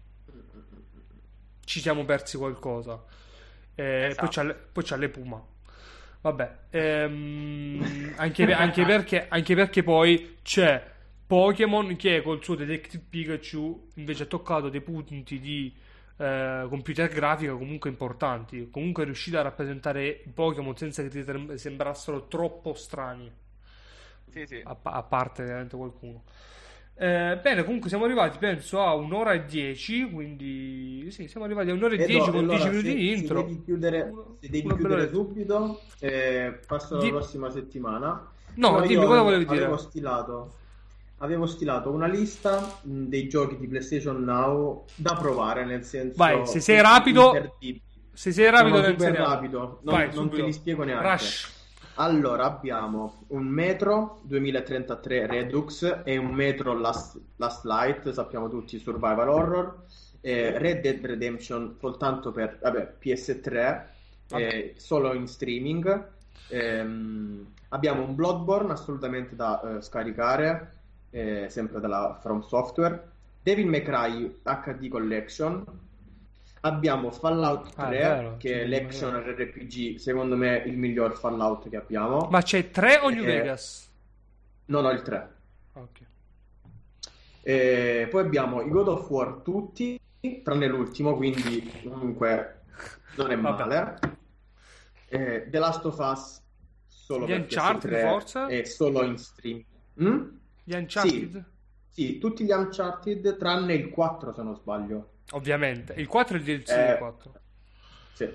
ci siamo persi qualcosa. Eh, Esatto. poi, c'ha le, poi c'ha le Puma. Vabbè, ehm, anche, anche perché, anche perché poi c'è Pokémon che col suo Detective Pikachu invece ha toccato dei punti di eh, computer grafica comunque importanti. Comunque è riuscito a rappresentare i Pokémon senza che ti sem- sembrassero troppo strani. Sì, sì. A, a parte veramente qualcuno. Eh, bene, comunque siamo arrivati, penso, a un'ora e dieci, quindi sì, siamo arrivati a un'ora e E dieci do- con allora, dieci minuti se, di se intro. devi chiudere, Una- se devi una bella chiudere lettura. subito, eh, passo Di- alla prossima settimana. No, Però dimmi io cosa avevo, volevi dire. avevo stilato, avevo stilato una lista mh, dei giochi di PlayStation Now da provare, nel senso Vai, se sei tutti rapido, imperdibili. se sei rapido Sono ne super inseriamo. rapido, non, Vai, non subito. te li spiego neanche. Rush. Allora, abbiamo un Metro duemilatrentatré Redux e un Metro Last, Last Light, sappiamo tutti, survival horror, eh, Red Dead Redemption soltanto per vabbè, P S tre, eh, solo in streaming. Ehm, abbiamo un Bloodborne assolutamente da eh, scaricare, eh, sempre dalla From Software, Devil May Cry H D Collection. Abbiamo Fallout Ah, tre, è vero, che è sì, l'action è vero. R P G, secondo me il miglior Fallout che abbiamo. Ma c'è tre o New Eh, Vegas? Non ho il tre. Ok. Eh, poi abbiamo i God of War tutti, tranne l'ultimo, quindi comunque non è Vabbè. male. Eh, The Last of Us solo Gli per Uncharted, P S tre forse? e solo in stream. Mm? Gli Uncharted? Sì, tutti gli Uncharted tranne il quattro se non sbaglio. Ovviamente. Il quattro è il D L C Eh, del quattro. Sì.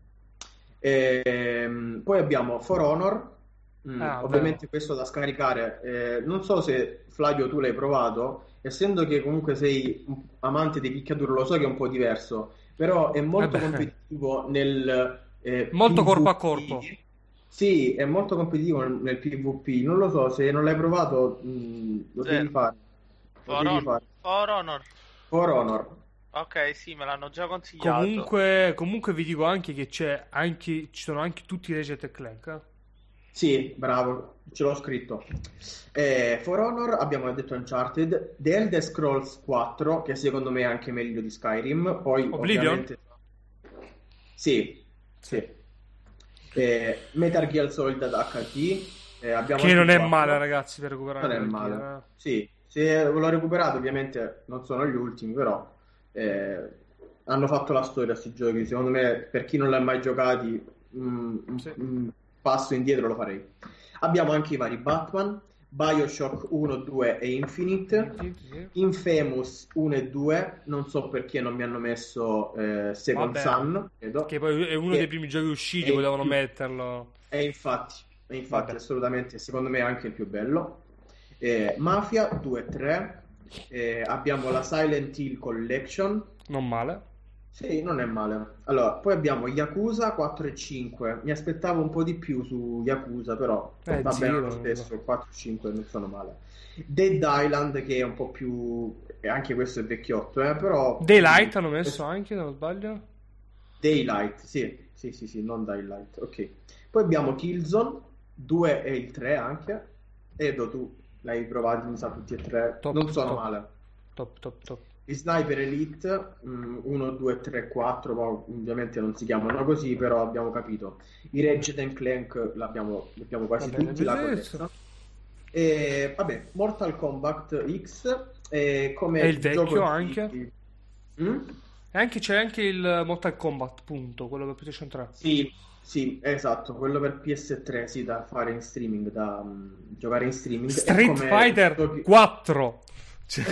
Ehm, poi abbiamo For Honor, mm, Ah, ovviamente vero. questo da scaricare. Eh, non so se Flavio tu l'hai provato, essendo che comunque sei un amante dei picchiaduro, lo so che è un po' diverso, però è molto Vabbè. competitivo nel eh, Molto corpo a PvP. corpo. Sì, è molto competitivo nel, nel PvP. Non lo so, se non l'hai provato, mm, lo Zero. devi fare. Lo For, devi Hon- fare. For Honor. For Honor. Ok, sì, me l'hanno già consigliato. Comunque, comunque vi dico anche che c'è anche, ci sono anche tutti i Ratchet e Clank. eh. Sì, bravo, ce l'ho scritto. Eh, For Honor abbiamo detto Uncharted, The Elder Scrolls quattro, che secondo me è anche meglio di Skyrim. Poi Oblivion? ovviamente sì, sì. Eh, Metal Gear Solid H D, eh, abbiamo Che anche non il è quattro. male, ragazzi, per recuperare Non è Metal Gear, male. eh. Sì, se l'ho recuperato ovviamente non sono gli ultimi, però eh, hanno fatto la storia questi giochi. Secondo me, per chi non l'ha mai giocati, mm, un Sì. un passo indietro lo farei. Abbiamo anche i vari Batman, BioShock uno, due e Infinite, Sì. Infamous uno e due, non so perché non mi hanno messo eh, Second Vabbè. Son, credo. Che poi è uno Che- dei primi giochi usciti, e- potevano metterlo. E infatti, e infatti Vabbè. assolutamente, secondo me è anche il più bello. Eh, Mafia due e tre, eh, abbiamo la Silent Hill Collection. Non male. Sì, non è male. Allora, poi abbiamo Yakuza quattro e cinque. Mi aspettavo un po' di più su Yakuza, però Eh, va bene zio, lo stesso, quattro e cinque non sono male. Dead Island, che è un po' più... e anche questo è vecchiotto, eh, però... Daylight hanno messo anche, se non sbaglio. Daylight, sì, sì, sì, sì, non Daylight, ok. Poi abbiamo Killzone due e il tre anche. Edo, tu l'hai provato, mi sa, tutti e tre. Top, non sono top. male. Top, top, top. I Sniper Elite uno, due, tre, quattro, ma ovviamente non si chiamano così, però abbiamo capito. I Ratchet and Clank l'abbiamo, li abbiamo quasi Va bene, tutti, la benissimo. collezione. E vabbè, Mortal Kombat X eh, come E il vecchio gioco di- anche? Mm? E anche c'è anche il Mortal Kombat, punto, quello per PlayStation tre. Sì, sì, esatto, quello per P S tre, sì, da fare in streaming, da mm, giocare in streaming. E Street come Fighter giochi- quattro. Cioè,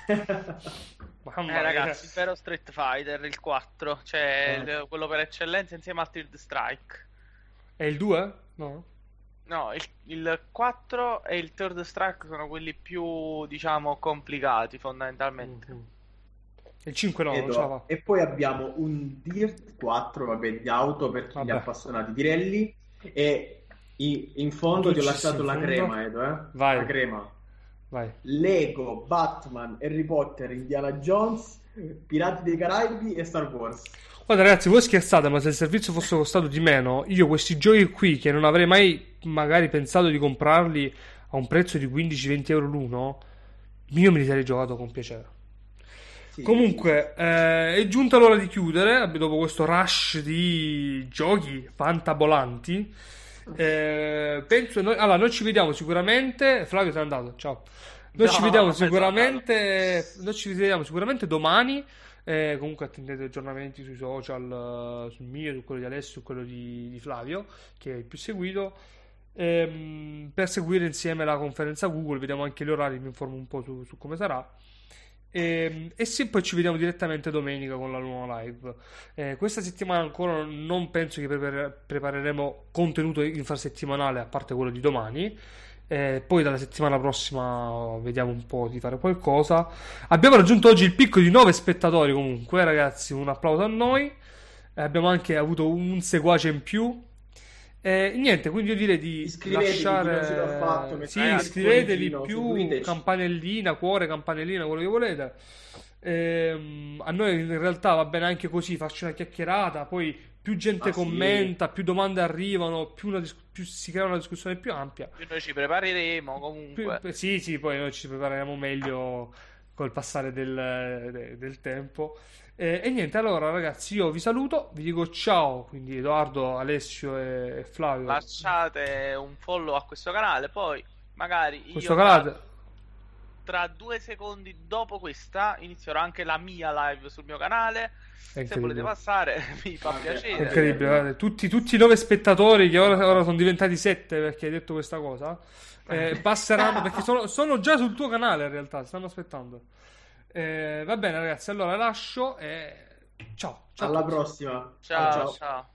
mamma Eh mia. ragazzi, il vero Street Fighter, il quattro, cioè Eh. il- quello per eccellenza insieme al Third Strike. È il due? No. No, il, il quattro e il Third Strike sono quelli più, diciamo, complicati fondamentalmente. Mhm. Il cinque no, non Edo. ce la fa. E poi abbiamo un Dirt quattro, vabbè, di auto per chi Vabbè. gli appassionati di rally. E i- in fondo ti ho Dulcis lasciato in la fondo. crema, Edo, eh? Vai. La crema. Vai. Lego, Batman, Harry Potter, Indiana Jones, Pirati dei Caraibi e Star Wars. Guarda ragazzi, voi scherzate, ma se il servizio fosse costato di meno, io questi giochi qui, che non avrei mai magari pensato di comprarli a un prezzo di quindici venti euro l'uno, io me li sarei giocato con piacere. Sì, Comunque, eh, è giunta l'ora di chiudere, dopo questo rush di giochi fantabolanti. Eh, penso, noi, allora, noi ci vediamo sicuramente. Flavio, sei andato, ciao. Noi No, ci vediamo non penso sicuramente. Noi ci vediamo sicuramente domani. Eh, comunque attendete aggiornamenti sui social, eh, sul mio, su quello di Alessio, su quello di, di Flavio, che è il più seguito. ehm, per seguire insieme la conferenza Google. Vediamo anche gli orari, mi informo un po' su, su come sarà. E, e sì, poi ci vediamo direttamente domenica con la nuova live. Eh, questa settimana ancora non penso che prepar- prepareremo contenuto infrasettimanale, a parte quello di domani. Eh, poi dalla settimana prossima vediamo un po' di fare qualcosa. Abbiamo raggiunto oggi il picco di nove spettatori comunque, ragazzi, un applauso a noi. Eh, abbiamo anche avuto un seguace in più. Eh, niente, quindi io direi di Iscrivetevi, chi non se l'ha fatto, lasciare. Sì, mettete il iscrivetevi cuoricino, più, seguiteci. campanellina, cuore, campanellina, quello che volete. Ehm, a noi in realtà va bene anche così, farci una chiacchierata, poi più gente Ah, sì. commenta, più domande arrivano, più, una dis- più si crea una discussione più ampia. Più noi ci prepareremo Più- comunque. sì, sì, poi noi ci prepareremo meglio col passare del, de- del tempo. Eh, e niente, allora ragazzi, io vi saluto, vi dico ciao, quindi Edoardo, Alessio e, e Flavio. Lasciate un follow a questo canale, poi magari Questo io canale, tra, tra due secondi dopo questa inizierò anche la mia live sul mio canale. è Se volete incredibile. passare, mi fa Ah, È piacere. incredibile, guardate, tutti, tutti i nove spettatori che ora, ora sono diventati sette perché hai detto questa cosa, eh, passeranno perché sono, sono già sul tuo canale in realtà, stanno aspettando. Eh, va bene ragazzi, allora lascio e ciao. Ciao a Alla tutti. prossima. Ciao, ciao. ciao.